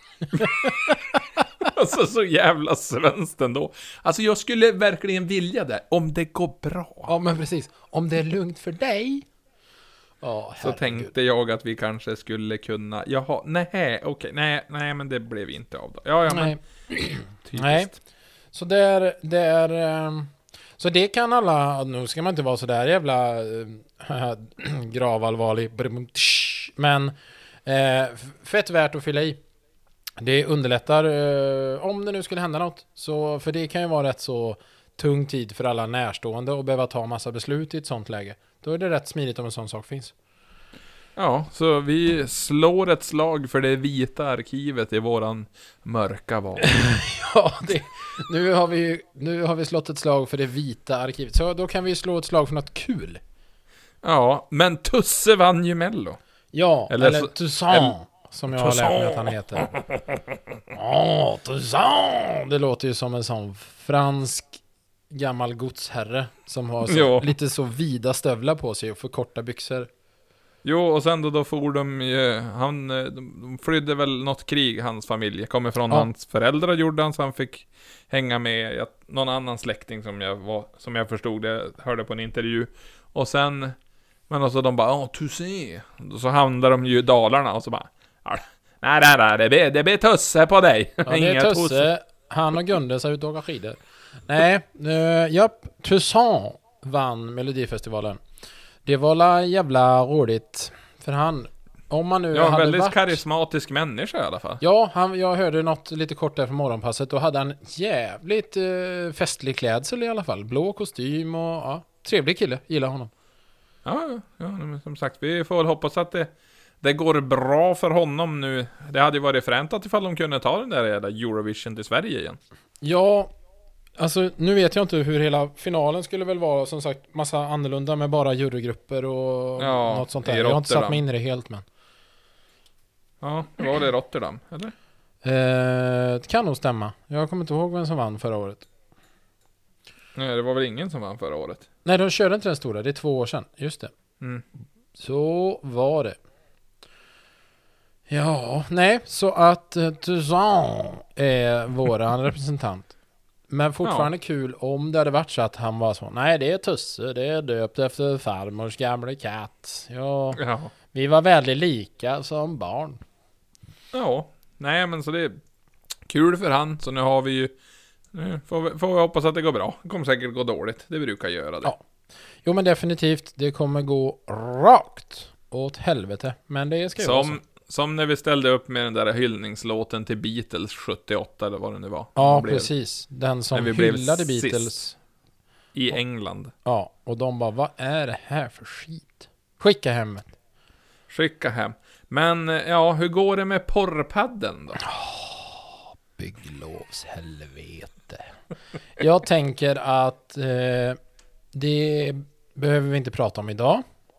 Alltså så jävla svenskt ändå. Alltså jag skulle verkligen vilja det. Om det går bra. Ja, men precis. Om det är lugnt för dig. Ja, Så herregud. tänkte jag att vi kanske skulle kunna... Jaha, nej, okej, nej, nej, men det blev inte av då. Ja, ja, men Nej. typiskt. Nej. Så det är, det är ehm, så det kan alla, nu ska man inte vara så där jävla äh, gravallvarlig, men eh, fett värt att fylla i. Det underlättar eh, om det nu skulle hända något, så för det kan ju vara rätt så tung tid för alla närstående och behöva ta massa beslut i ett sånt läge. Då är det rätt smidigt om en sån sak finns. Ja, så vi slår ett slag för det vita arkivet i våran mörka val. Ja, det, nu, har vi, nu har vi slått ett slag för det vita arkivet. Så då kan vi slå ett slag för något kul. Ja, men Tusse vann ju Mello. Ja, Eller eller, så- Toussaint, eller- som jag har lärt mig att han heter. Ja, Toussaint! Det låter ju som en sån fransk gammal godsherre som har så, Ja. lite så vida stövlar på sig och för korta byxor. Jo, och sen då, då for de ju, han, de flydde väl något krig, hans familj. Kommer från Ja. hans föräldrar gjorde han, så han fick hänga med jag, någon annan släkting som jag var, som jag förstod det, hörde på en intervju. Och sen, men alltså de bara, åh, tu ser. Så hamnade de ju i Dalarna och så bara, nej, nej, nej, det blir, det blir tusse på dig. Ja, det är Tusse. Han och Gunde ska ut och åka skidor. Nej, uh, japp. Toussaint vann Melodifestivalen. Det var la jävla roligt. För han, om man nu Ja, en hade väldigt varit... karismatisk människa i alla fall. Ja, han, jag hörde något lite kort där från morgonpasset. Då hade han jävligt uh, festlig klädsel i alla fall. Blå kostym och ja, trevlig kille. Gillar honom. Ja, ja, men som sagt, vi får väl hoppas att det, det går bra för honom nu. Det hade ju varit fränt att ifall de kunde ta den där jävla Eurovision till Sverige igen. Ja, alltså nu vet jag inte hur hela finalen skulle väl vara. Som sagt, massa annorlunda med bara jurygrupper och Ja, något sånt i där. Jag har inte satt Rotterdam. mig in i det helt, men... Ja, det var det Rotterdam, eller? Eh, det kan nog stämma. Jag kommer inte ihåg vem som vann förra året. Nej, det var väl ingen som vann förra året. Nej, de körde inte den stora. Det är två år sedan. Just det. Mm. Så var det. Ja, nej. Så att uh, Toussaint är våran representant. Men fortfarande kul om det hade varit så att han var så. Nej, det är Tusse. Det är döpt efter farmors gamla katt. Ja, Ja. vi var väldigt lika som barn. Ja, nej men så det är kul för han. Så nu har vi ju, nu får vi, får vi hoppas att det går bra. Det kommer säkert gå dåligt, det brukar göra det. Ja. Jo, men definitivt. Det kommer gå rakt åt helvete. Men det ska ju vara så. Som, som när vi ställde upp med den där hyllningslåten till Beatles sjuttioåtta eller vad det nu var. Ja, De blev precis. Den som när vi blev hyllade sist. Beatles. I England. Ja, och de bara, vad är det här för skit? Skicka hem. Skicka hem. Men ja, hur går det med porrpadden då? Bygglovshelvete. Jag tänker att eh, det behöver vi inte prata om idag.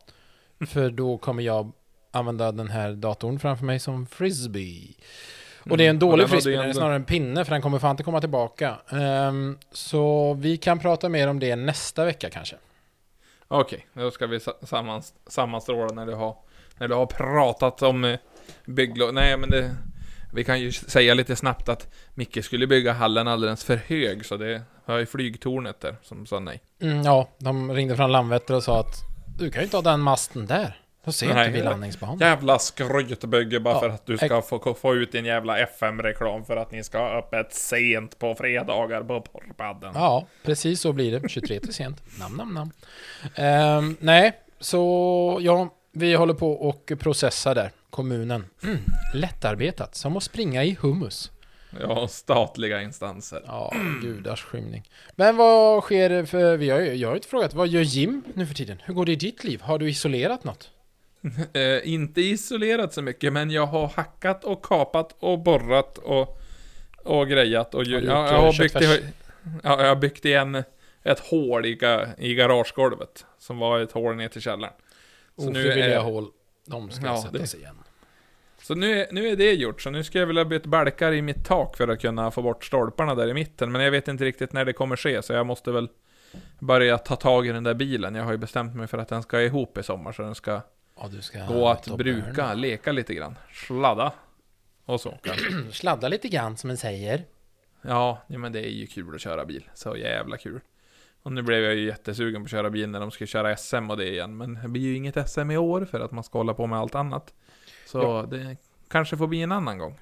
För då kommer jag använda den här datorn framför mig som frisbee. Och det är en Mm, och dålig den hade frisbee, ju det är ändå- snarare en pinne, för den kommer fan inte komma tillbaka. Ehm, så vi kan prata mer om det nästa vecka kanske. Okej, då ska vi sa- sammans, sammanstråla när du har när du har pratat om eh, bygglov. Nej, men det, vi kan ju säga lite snabbt att Micke skulle bygga hallen alldeles för hög, så det har ju flygtornet där som sa nej. Mm, ja, de ringde från Landvetter och sa att du kan ju inte ha den masten där. Då ser Nej, inte vi det- landningsbanan. Jävla skrytbygge bara Ja, för att du ska få, få ut en jävla F M-reklam för att ni ska ha öppet sent på fredagar på porrpadden. Ja, precis så blir det. tjugotre till sent. Nam, nam, nam. Ehm, nej, så ja, vi håller på och processar där. Kommunen. Mm, lättarbetat. Som att springa i hummus. Ja, statliga instanser. Ja, gudars skymning. Men vad sker för... Vi har, ju- jag har ju inte frågat. Vad gör Jim nu för tiden? Hur går det i ditt liv? Har du isolerat något? Eh, inte isolerat så mycket, men jag har hackat och kapat och borrat och, och grejat. Och ju, Har du ja, gjort, jag, eh, har köttfärs? byggt, ja, jag har byggt igen ett hål i, ga- i garagegolvet. Som var ett hål ner till källaren. Så nu Ofrivilliga är, hål. De ska Ja, sättas det- igen. så nu, är- nu är det gjort. Så nu ska jag vilja byta balkar i mitt tak för att kunna få bort stolparna där i mitten. Men jag vet inte riktigt när det kommer ske, så jag måste väl börja ta tag i den där bilen. Jag har ju bestämt mig för att den ska ihop i sommar, så den ska Ja, du ska gå att ta bruka, börna. leka lite grann, sladda och så kanske. Sladda lite grann som en säger. Ja, ja, men det är ju kul att köra bil, så jävla kul. Och nu blev jag ju jättesugen på att köra bil när de ska köra S M och det igen, men det blir ju inget S M i år för att man ska hålla på med allt annat. Så Ja. det kanske får bli en annan gång.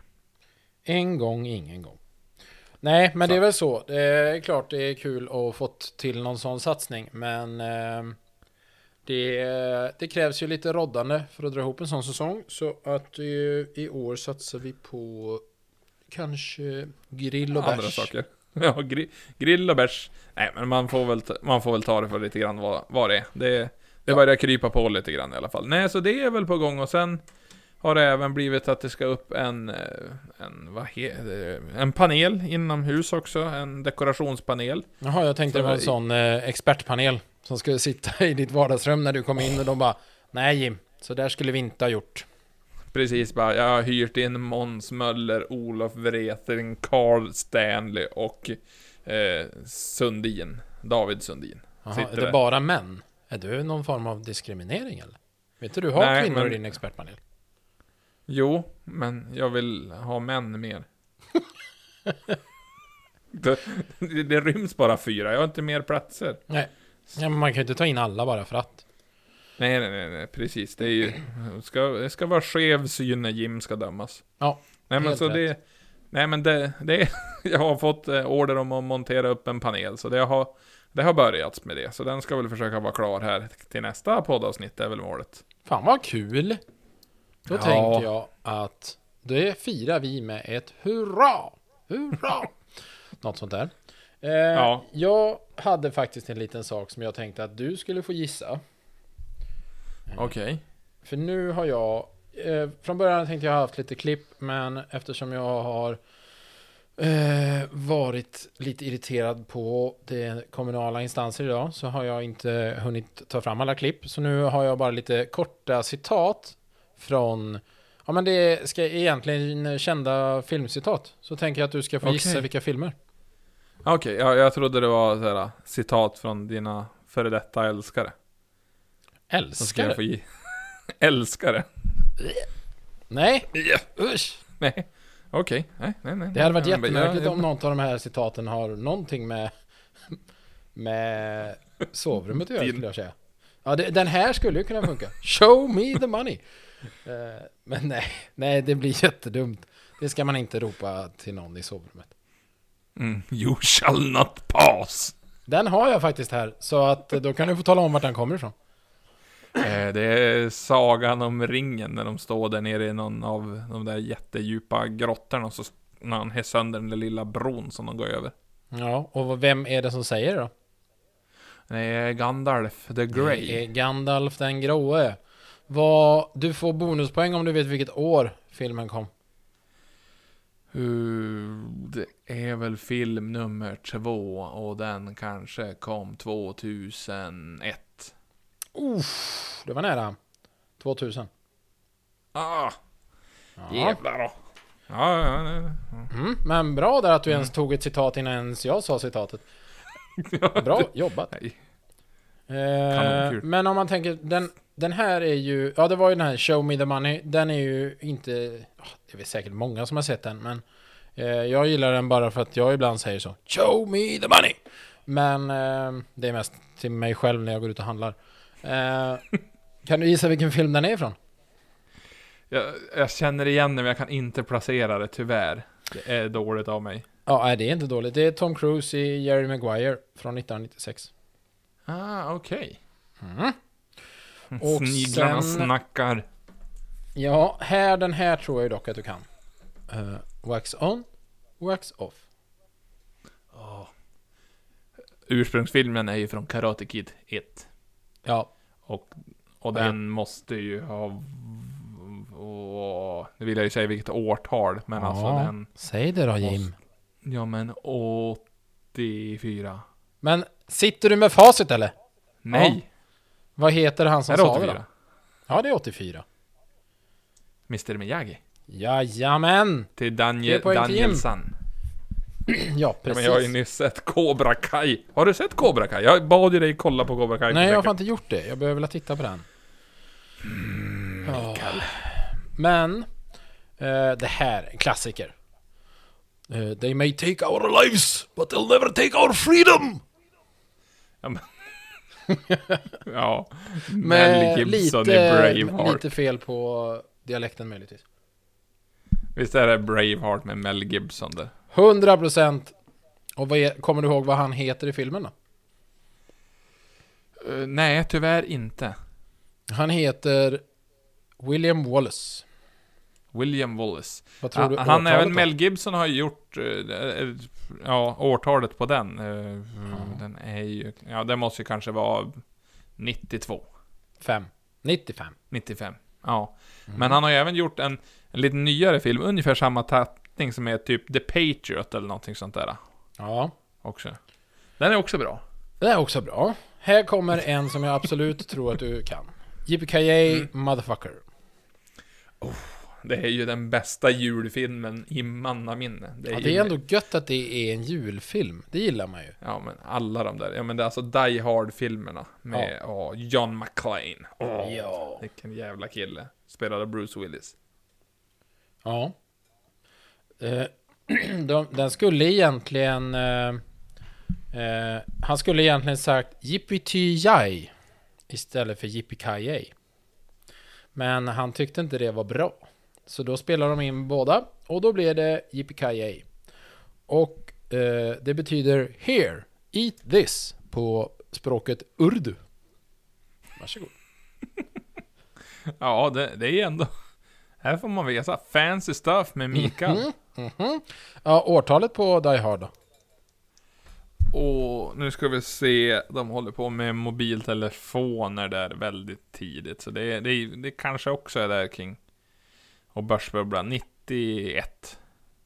En gång, ingen gång. Nej, men Så. det är väl så. Det är klart det är kul att fått till någon sån satsning, men eh, det, det krävs ju lite roddande för att dra ihop en sån säsong. Så att eh, i år satsar vi på kanske grill och Andra bärs. saker. Ja, gri- grill och bärs. Nej, men man får väl ta, man får väl ta det för lite grann vad, vad det är. Det, det Ja. börjar krypa på lite grann i alla fall. Nej, så det är väl på gång. Och sen har det även blivit att det ska upp en, eh, en, vad he, en panel inomhus också. En dekorationspanel. Jaha, jag tänkte Så det var en i- sån eh, expertpanel som skulle sitta i ditt vardagsrum när du kom in och de bara, nej Jim, så där skulle vi inte ha gjort. Precis, bara, jag har hyrt in Måns Möller, Olof Wretering, Carl Stanley och eh, Sundin. David Sundin. Jaha, Sitter är det där. bara män? Är du någon form av diskriminering eller? Vet du, du har Nej, kvinnor men- i din expertpanel. Jo, men jag vill ha män mer. det, det, det ryms bara fyra, jag har inte mer platser. Nej, ja, men man kan ju inte ta in alla bara för att. Nej, nej, nej, nej precis. Det är ju, ska, det ska vara skev syn när Jim ska dömas. Ja, Nej, men helt så rätt. det... Nej, men det... det jag har fått eh, order om att montera upp en panel, så det har... Det har börjats med det, så den ska väl försöka vara klar här till nästa poddavsnitt, är väl målet. Fan vad kul. Då Ja. tänker jag att det firar vi med ett hurra! Hurra! Något sånt där. Eh, Ja. Jag hade faktiskt en liten sak som jag tänkte att du skulle få gissa. Okej. För nu har jag... Eh, från början tänkte jag ha haft lite klipp, men eftersom jag har eh, varit lite irriterad på de kommunala instanser idag så har jag inte hunnit ta fram alla klipp. Så nu har jag bara lite korta citat från... Ja, men det ska egentligen kända filmcitat. Så tänker jag att du ska få Okej. gissa vilka filmer. Okej, ja, jag trodde det var sådär, citat från dina före detta älskare. Så ska Älskar jag få det? ge... älskare? Nej, usch! Nej. Okej, nej, nej, nej. Det hade varit Ja, men jättemärkligt jag- om något av de här citaten har någonting med med sovrummet att göra, Din- skulle jag säga. Ja, det, den här skulle ju kunna funka. Show me the money. Eh, men nej, nej, det blir jättedumt. Det ska man inte ropa till någon i sovrummet. Mm, you shall not pass. Den har jag faktiskt här, så att eh, då kan du få tala om vart den kommer ifrån. Eh, det är sagan om ringen när de står där nere i någon av de där jättedjupa grottorna och så när han har sönder den där lilla bron som de går över. Ja, och vem är det som säger det då? Det är Gandalf the Grey. Det är Gandalf den gråe. Vad, du får bonuspoäng om du vet vilket år filmen kom. Uh, det är väl film nummer två och den kanske kom tvåtusenett. Uff, det var nära. tvåtusen. Ah, Ja. jävlar då. Ja, ja, ja, ja. Mm, men bra där att du ens tog ett citat innan ens jag sa citatet. Bra jobbat. Nej. Eh, Kanonkul. men om man tänker, den, den här är ju, ja det var ju den här Show Me The Money, den är ju inte, ja, det är väl säkert många som har sett den, men eh, jag gillar den bara för att jag ibland säger så, Show Me The Money! Men eh, det är mest till mig själv när jag går ut och handlar. Eh, kan du gissa vilken film den är ifrån? Jag, jag känner igen det men jag kan inte placera det tyvärr. Det är dåligt av mig. Ja, nej, det är inte dåligt. Det är Tom Cruise i Jerry Maguire från nittonhundranittiosex. Ah, okej. Mm. Och Sniglarna sen- snackar. Ja, här, den här tror jag dock att du kan. Uh, wax on, wax off. Ursprungsfilmen är ju från Karate Kid ett. Ja, Och, och Ja. den måste ju ha... Och, nu vill jag ju säga vilket årtal, men ja. alltså den... Säg det då Jim. Ja men åttiofyra. Men sitter du med facit eller? Nej! Vad heter han som Är det sa det åttiofyra? då? Ja, det är åttiofyra. mister Miyagi. Jajamän! Till Det Daniel, är poäng till Jim. Danielsson. Ja, Ja, precis. men jag har ju nyss sett Cobra Kai. Har du sett Cobra Kai? Jag bad ju dig kolla på Cobra Kai. Nej, jag har för fan inte gjort det. Jag behöver väl titta på den. Ja. Men, eh, det här är en klassiker. Eh, they may take our lives, but they'll never take our freedom! Ja, men... ja. Med Mel Gibson lite, i Braveheart. lite fel på dialekten möjligtvis. Visst är det Braveheart med Mel Gibson där? hundra procent. Och vad är, kommer du ihåg vad han heter i filmen då? Uh, nej, tyvärr inte. Han heter William Wallace. William Wallace. Vad tror du Ja, han, årtalet även då? Mel Gibson har ju gjort uh, ja, årtalet på den. Uh, Den är ju, ja, det måste ju kanske vara nittiotvå. Fem. nittiofem. nittiofem. Ja. Men han har ju även gjort en, en lite nyare film, ungefär samma tappning som är typ The Patriot eller någonting sånt där Ja. också. Den är också bra. Det är också bra. Här kommer en som jag absolut tror att du kan. Yippee-ki-yay, motherfucker. det är ju den bästa julfilmen i mannaminne. Det är, Ja, ju det är ändå gött att det är en julfilm. Det gillar man ju. Ja, men alla de där. Ja, men det är alltså Die Hard-filmerna med Ja. åh, John McClane. Åh, Ja. vilken jävla kille. Spelade Bruce Willis. Ja. Eh, de, den skulle egentligen... Eh, eh, han skulle egentligen sagt Yippee-Ki-Yay istället för Yippee-Ki-Yay. Men han tyckte inte det var bra. Så då spelar de in båda. Och då blev det Yippee-Ki-Yay. Och eh, det betyder Here, eat this på språket urdu. Varsågod. Ja, det, det är ändå... Här får man visa fancy stuff med Mikael. Mm, mhm. Ja, årtalet på Die Hard då? Och nu ska vi se, de håller på med mobiltelefoner där väldigt tidigt. Så det, det, det kanske också är där kring och börsbubbla nittioett.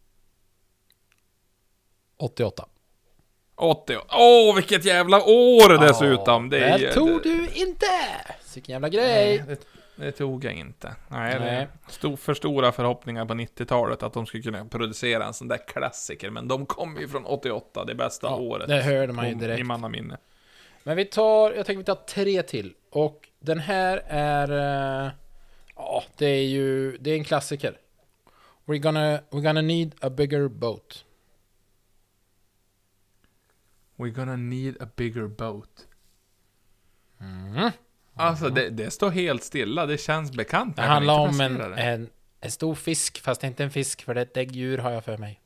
åttioåtta. åttio. Åh, vilket jävla år dessutom. Det, är, det tog det, du inte! Vilken jävla grej! det, det tog jag inte. Nej, Nej. det stod för stora förhoppningar på nittiotalet att de skulle kunna producera en sån där klassiker. Men de kom ju från åttioåtta, det bästa Ja, året. det hörde man ju Om- direkt. I mannaminne. Men vi tar, jag tänker vi tar tre till. Och den här är... eh, Ja, det är ju... Det är en klassiker. We're gonna, we're gonna need a bigger boat. We're gonna need a bigger boat. Mm. Alltså det, det står helt stilla, det känns bekant. Det Jag kan handlar inte om en, placera det. en, en stor fisk, fast det är inte en fisk, för det är ett däggdjur har jag för mig.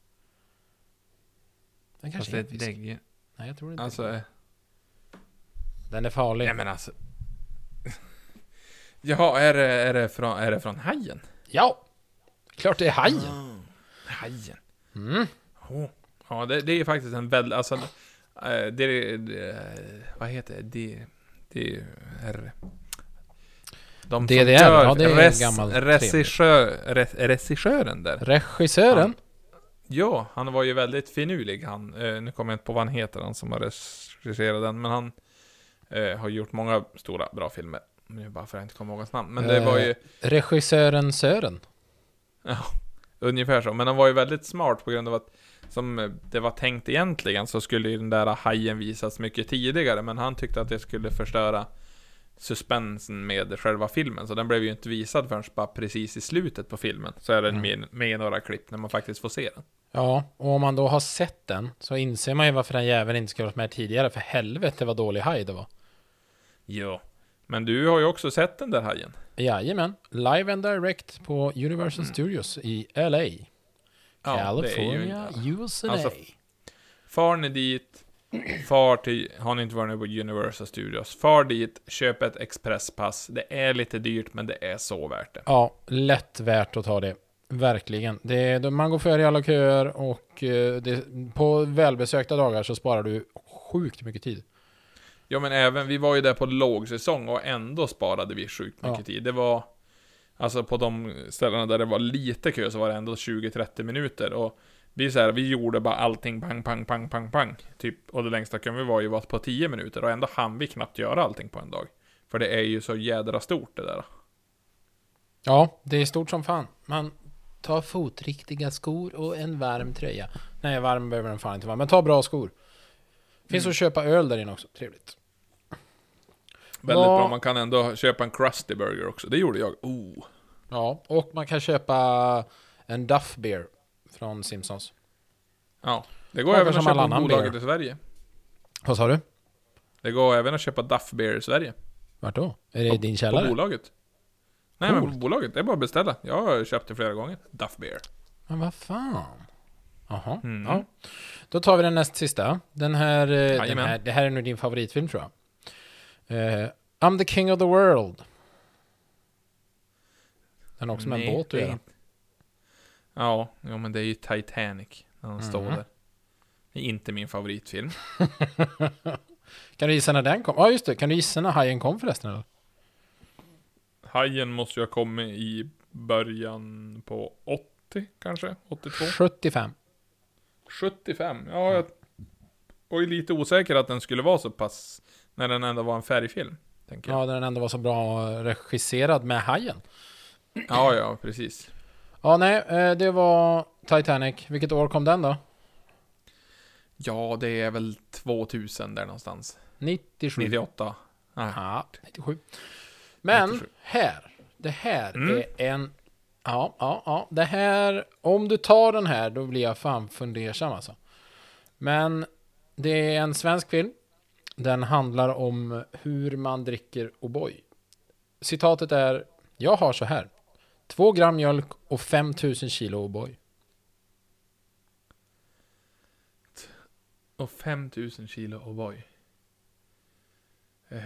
Den Fast kanske det är är en ett fisk. däggdjur. Nej, jag tror inte. Alltså, eh, Den är farlig. nej men alltså. Ja, är det, är det från, är det från Hajen? Ja! Klart det är hajen. Hajen. Mm. Oh. Ja, det, det är faktiskt en väldigt, alltså, eh, det är, det, vad heter det? Det, det är... De D som D R, gör ja, det är res, gammal regissör, res, regissören där. Regissören? Ja, han var ju väldigt finurlig han. Eh, nu kommer jag inte på vad han heter, han som har regisserat den. Men han eh, har gjort många stora, bra filmer. Nu bara för att jag inte kommer ihåg hans namn. Men det var ju, Regissören Sören. ja, ungefär så. Men han var ju väldigt smart på grund av att som det var tänkt egentligen så skulle ju den där hajen visas mycket tidigare. Men han tyckte att det skulle förstöra suspensen med själva filmen. Så den blev ju inte visad förrän bara precis i slutet på filmen. Så är den Mm. med, med i några klipp när man faktiskt får se den. Ja, och om man då har sett den så inser man ju varför den jäveln inte skulle ha varit med tidigare. För helvete vad dålig haj det var. Ja. Men du har ju också sett den där hajen. Jajamän, live and direct på Universal Mm. Studios i L A. Ja, California, det är ju, U S A. alltså, far ni dit, far till, har ni inte varit på Universal Studios, far dit, köp ett expresspass. Det är lite dyrt, men det är så värt det. Ja, lätt värt att ta det. Verkligen. Det är, man går före i alla köer och eh, det, på välbesökta dagar så sparar du sjukt mycket tid. Ja, men även, vi var ju där på lågsäsong och ändå sparade vi sjukt mycket Ja. tid. Det var, alltså på de ställena där det var lite kö så var det ändå tjugo till trettio minuter. Och vi, så här, vi gjorde bara allting pang, pang, pang, pang, pang. Typ, och det längsta kön vi var ju var på tio minuter. Och ändå hann vi knappt göra allting på en dag. För det är ju så jädra stort det där. Ja, det är stort som fan. Man tar fotriktiga skor och en varm tröja. Nej, varm behöver den fan inte vara. Men ta bra skor. Finns Mm. att köpa öl där inne också. Trevligt. Väldigt Ja. bra, man kan ändå köpa en Krusty Burger också. Det gjorde jag. Oh. Ja, och man kan köpa en Duff Beer från Simpsons. Ja, det går Smakar även som att all köpa annan bolaget beer. i Sverige. Vad sa du? Det går även att köpa Duff Beer i Sverige. Vart då? Är det i På- din På källare? bolaget. Nej, men på Coolt. bolaget. Det är bara att beställa. Jag har köpt det flera gånger. Duff Beer. Men vad fan? Jaha. Mm. Ja. Då tar vi den näst sista. Den här, eh, den Jajamän. här, det här är nog din favoritfilm tror jag. Eh, I'm the king of the world. Den har också med en Nej, båt att det är göra. inte- Ja, jo, men det är ju Titanic. När han står Mhm. där. Det är inte min favoritfilm. Kan du gissa när den kom? Ja just det, kan du gissa när hajen kom förresten eller? Hajen måste ju ha kommit i början på åttio, kanske? åttiotvå? sjuttiofem. sjuttiofem. Ja, jag var ju lite osäker att den skulle vara så pass när den ändå var en färgfilm. Tänker jag. Ja, den ändå var så bra regisserad med hajen. Ja, ja, precis. Ja, nej, eh, det var Titanic. Vilket år kom den då? Ja, det är väl tvåtusen där någonstans. nittiosju. nittioåtta. Nej. Ja, nittiosju. Men nittiosju. här, det här Mm. är en... Ja, ja, ja. Det här, om du tar den här, då blir jag fan fundersam alltså. Men det är en svensk film. Den handlar om hur man dricker O'boy. Citatet är: jag har så här. Två gram mjölk och femtusen kilo O'boy. Och femtusen kilo O'boy. Eh,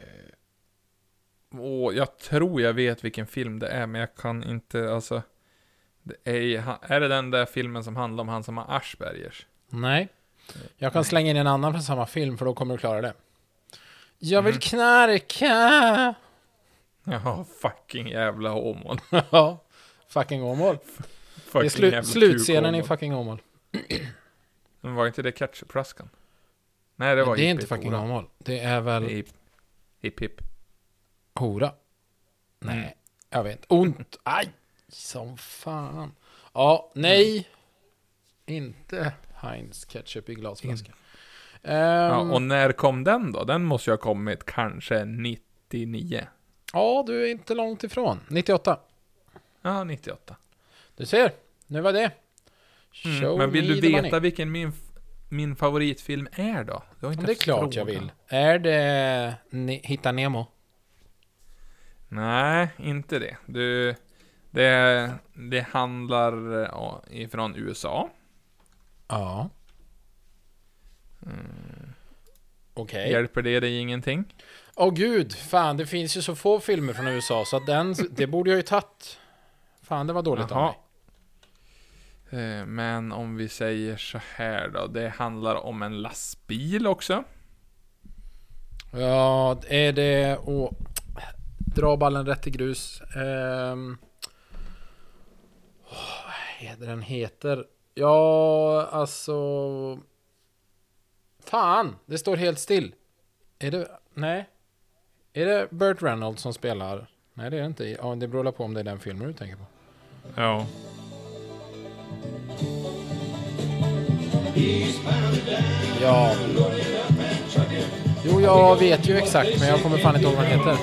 och jag tror jag vet vilken film det är, men jag kan inte, alltså. Det är, är det den där filmen som handlar om han som har Aspergers? Nej. Jag kan slänga in en annan från samma film, för då kommer du klara det. Jag vill knarka. Jaha, fucking jävla homon. Ja, fucking Åmål. Det är slu- slutscenen i fucking Åmål. Men var inte det ketchup-flaskan? Nej, det var Det är hipp, inte hipp, fucking hora. Åmål. Det är väl Hipp, hipp, hipp. hora. Nej, Mm. jag vet. Ont. Aj, som fan. Ja, nej. Inte Heinz ketchup i glasflaska. Ja, Ehm, och när kom den då? Den måste ju ha kommit kanske nittionio. ja, du är inte långt ifrån. nittioåtta. Ja, nittioåtta. Du ser, nu var det. Mm. Show Men vill me du the veta money. vilken min, f- min favoritfilm är då? Du har inte Det är klart jag frågat. vill. Är det ne- Hitta Nemo? Nej, inte det. Du, det, det handlar ja, ifrån U S A. Ja. Okej. Hjälper det dig ingenting? Åh gud, fan det finns ju så få filmer från U S A så att den, det borde jag ju tagit. Fan, det var dåligt av Jaha. mig. Eh, Men om vi säger så här då. Det handlar om en lastbil också. Ja, är det... Åh, dra ballen rätt i grus. Ehm, åh, vad är det den heter? Ja, alltså... Fan, det står helt still. Är det... Nej. Är det Burt Reynolds som spelar? Nej, det är det inte. Ja, det beror på om det är den filmen du tänker på. Ja. Ja. Jo, jag vet ju exakt, men jag kommer fan inte ihåg vad den heter.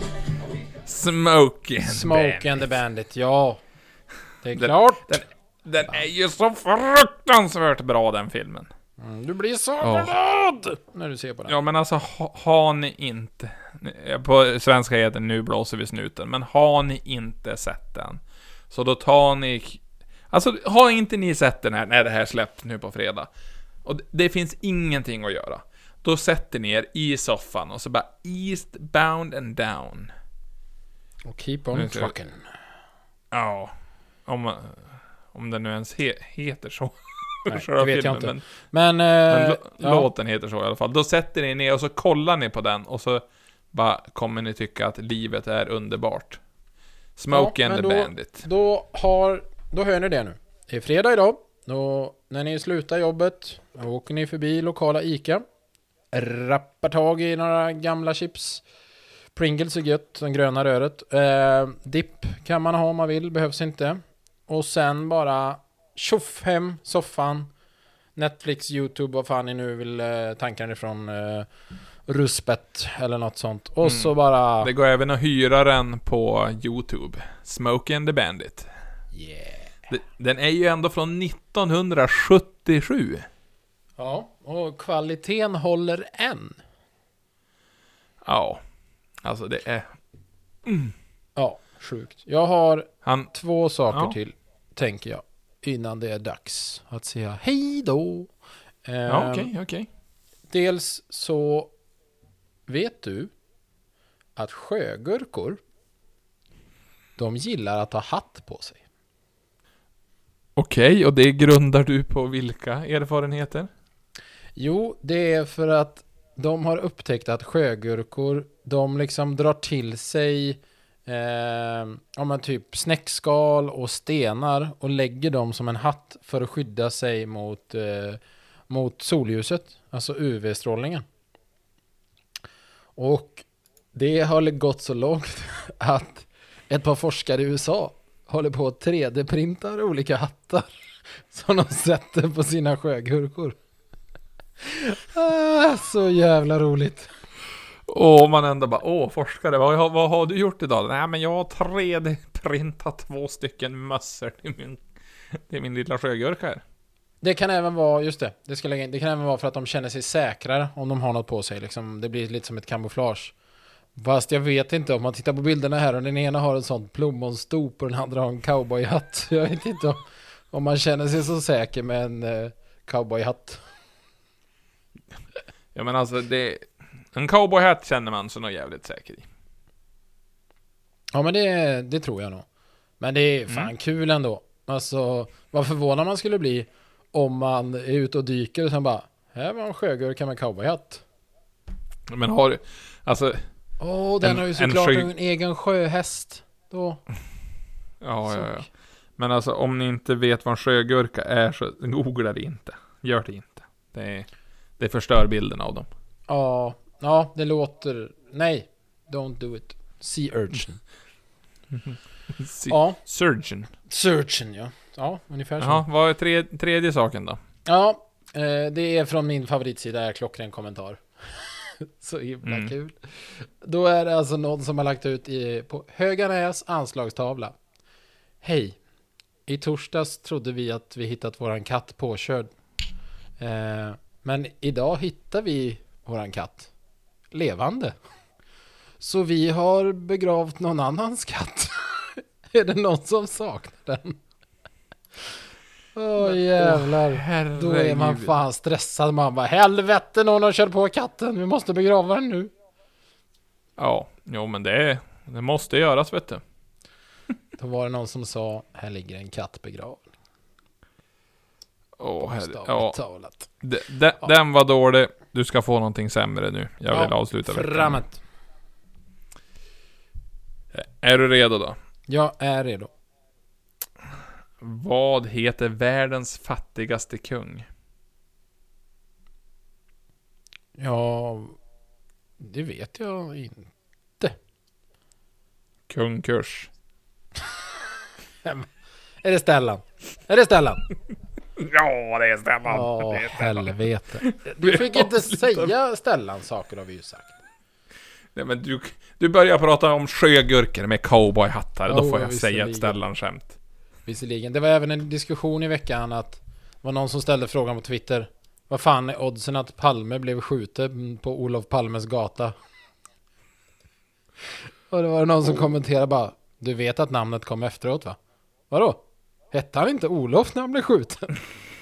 Smoking Smoke and the Bandit, ja. Det är Den- klart. Den, den är ju så fruktansvärt bra, den filmen. Mm, du blir så Ja. glad när du ser på den. Ja, men alltså ha, har ni inte, på svenska heter det Nu blåser vi snuten, men har ni inte sett den, så då tar ni, alltså har inte ni sett den här när det här släpps nu på fredag, och det, det finns ingenting att göra, då sätter ni er i soffan och så bara eastbound and down. Och keep on Nu ska jag- trucking. Ja, om, om den nu ens he, heter så. Nej, Själva det vet jag filmen, inte. men- Men, Men eh, lå- ja. låten heter så i alla fall. Då sätter ni ner och så kollar ni på den och så bara kommer ni tycka att livet är underbart. Smoke Ja, and the men då- Bandit. Då har, då hör ni det nu. Det är fredag idag. Då, när ni slutar jobbet, då åker ni förbi lokala Ica. Rappar tag i några gamla chips. Pringles är gött, den gröna röret. Eh, dipp kan man ha om man vill, behövs inte. Och sen bara tjoff hem, soffan. Netflix, YouTube, vad fan ni nu vill eh, tanka ifrån. Eh, ruspet eller något sånt. Och Mm. så bara... Det går även att hyra den på YouTube. Smoke and the Bandit. Yeah. Det- Den är ju ändå från nittonhundrasjuttiosju. Ja, och kvaliteten håller än. Ja, alltså det är... Ja, sjukt. Jag har Han... två saker Ja. till, tänker jag, innan det är dags att säga hej då. Ja, Ehm, okej, okej. Dels så vet du att sjögurkor, de gillar att ha hatt på sig. Okej, och det grundar du på vilka erfarenheter? Jo, det är för att de har upptäckt att sjögurkor, de liksom drar till sig eh, om man typ snäckskal och stenar och lägger dem som en hatt för att skydda sig mot, eh, mot solljuset, alltså U V-strålningen. Och det har gått så långt att Ett par forskare i U S A håller på att tre D-printar olika hattar som de sätter på sina sjögurkor. Ah, så jävla roligt. Och man ändå bara, åh forskare, vad, har- vad har du gjort idag? Nej men jag har tre D-printat två stycken mössor till min, till min lilla sjögurka här. Det kan även vara, just det, det, ska lägga in, det kan även vara för att de känner sig säkrare om de har något på sig. Liksom. Det blir lite som ett kamouflage. Fast jag vet inte, om man tittar på bilderna här och den ena har en sån plommonstop och den andra har en cowboyhatt. Jag vet inte om, om man känner sig så säker med en eh, cowboyhatt. Ja men alltså, det, en cowboyhatt känner man sig nog jävligt säker i. Ja men det, det tror jag nog. Men det är fan Mm. kul ändå. Alltså, vad förvånad man skulle bli om man är ute och dyker och sen bara, här var en sjögurka med cowboyhatt. Men har du, alltså, Åh, den En- har ju en såklart sjö- en egen sjöhäst. Då. ja, Så. ja, ja. Men alltså om ni inte vet vad en sjögurka är så googla det inte. Gör det inte. Det, är, det förstör bilden av dem. Ja, ja, det låter... Nej, don't do it. Sea urchin. Si- Ja, Surgeon. surgeon, ja. Ja, ungefär så. Jaha, vad är tre, tredje saken då? Ja, eh, det är från min favoritsida, är klockren kommentar. Så himla Mm. kul. Då är det alltså någon som har lagt ut i, på Höganäs anslagstavla. Hej. I torsdags trodde vi att vi hittat våran katt påkörd. Eh, men idag hittar vi våran katt levande. Så vi har begravt någon annans katt. Är det någon som saknar den? Åh jävlar. Då är man Herregud. fan stressad. Man bara, helvete, någon har kört på katten. Vi måste begrava den nu. Ja, jo men det, är, det måste göras vet du. Då var det någon som sa, här ligger en katt begravd. Åh, herre, Bokstavligt ja, talat. de, de, Ja. Den var dålig. Du ska få någonting sämre nu. Jag vill Ja, avsluta veckan. Framåt. Är du redo då? Jag är redo. Vad heter världens fattigaste kung? Ja, det vet jag inte. Kung Kurs. Är det Stellan? Är det Stellan? Ja, det är Stellan. Ja, Det är Stellan. helvete. Du fick inte säga Stellan saker, har vi ju sagt. Nej, men du, du börjar prata om sjögurkor med cowboyhattar. Då Oh, får jag säga ett visserligen. Stellan-skämt. Visserligen. Det var även en diskussion i veckan att det var någon som ställde frågan på Twitter. Vad fan är oddsen att Palme blev skjuten på Olof Palmes gata? Och det var någon som kommenterade bara, du vet att namnet kom efteråt va? Vadå? Hette han inte Olof när han blev skjuten?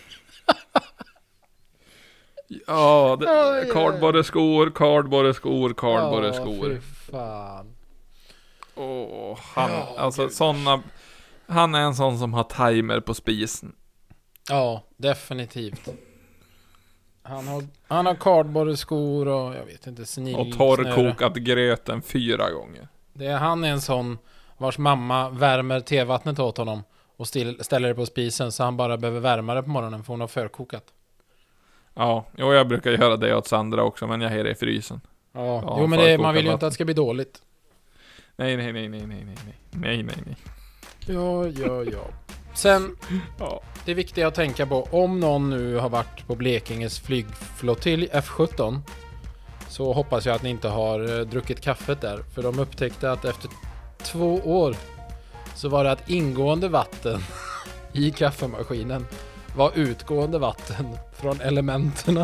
Ja, det, Ja, ja. kardborreskor, kardborreskor, Ja, kardborreskor. fy fan. Åh, han, Ja, alltså gud. såna. Han är en sån som har timer på spisen. Ja, definitivt. Han har, han har kardborreskor och jag vet inte, snil. Och snöre. torrkokat gröten fyra gånger. Det är han är en sån vars mamma värmer tevattnet åt honom och still, ställer det på spisen så han bara behöver värma det på morgonen för hon har förkokat. Ja, jo, jag brukar göra det åt Sandra också, men jag har det i frysen. Ja, Ja, jo men det, man förkokat vill ju inte vatten. att det ska bli dåligt. Nej, nej, nej, nej, nej, nej, nej, nej, nej, nej. Ja, ja, ja. Sen, Ja. det viktiga att tänka på, om någon nu har varit på Blekinges flygflottilj F sjutton så hoppas jag att ni inte har eh, druckit kaffet där. För de upptäckte att efter två år så var det att ingående vatten i kaffemaskinen var utgående vatten från elementerna.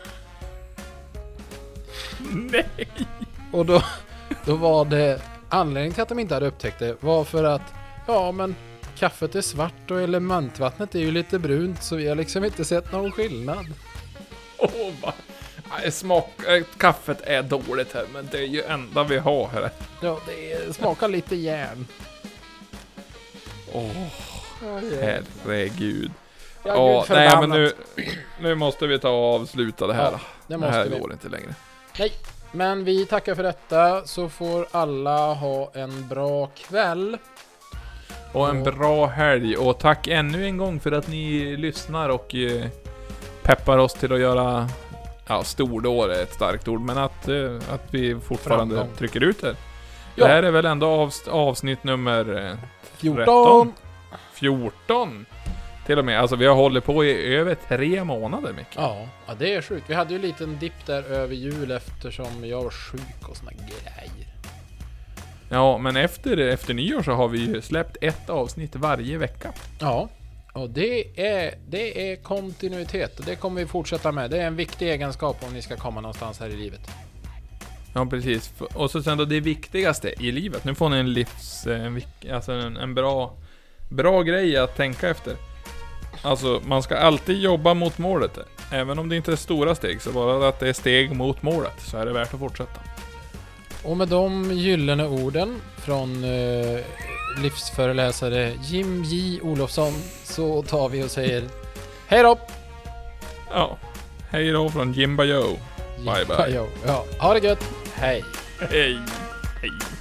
Nej. Och då, då var det anledningen till att de inte hade upptäckt det var för att ja men kaffet är svart och elementvattnet är ju lite brunt så vi har liksom inte sett någon skillnad. Åh, vad... Nej, smak... äh, Kaffet är dåligt här, men det är ju enda vi har här. Ja, det smakar lite järn. Åh, Ja, herregud. Ja, Ja, Gud nej men förbannat. nu, nu måste vi ta och avsluta det här. Ja, det det måste här vi. går inte längre. Nej, men vi tackar för detta så får alla ha en bra kväll. Och en Och- bra helg. Och tack ännu en gång för att ni lyssnar och eh, peppar oss till att göra... Ja, stordår är ett starkt ord, men att, eh, att vi fortfarande Framgång. trycker ut det. Det här är väl ändå avs- avsnitt nummer... Eh, fjorton. fjorton till och med. Alltså vi har hållit på i över tre månader mycket. Ja, ja, det är sjukt. Vi hade ju en liten dipp där över jul eftersom jag var sjuk och såna grejer. Ja, men efter, efter nyår så har vi ju släppt ett avsnitt varje vecka. Ja, och det är, det är kontinuitet och det kommer vi fortsätta med. Det är en viktig egenskap om ni ska komma någonstans här i livet. Ja, precis. Och så sen då det viktigaste i livet. Nu får ni en livs... En, alltså en, en bra, bra grej att tänka efter. Alltså, man ska alltid jobba mot målet. Även om det inte är stora steg, så bara att det är steg mot målet, så är det värt att fortsätta. Och med de gyllene orden från eh, livsföreläsare Jim J. Olofsson så tar vi och säger hej då! Ja, hej då från Jimba Joe. Bye bye. Ja, ha det gött! Hej! Hej! Hej!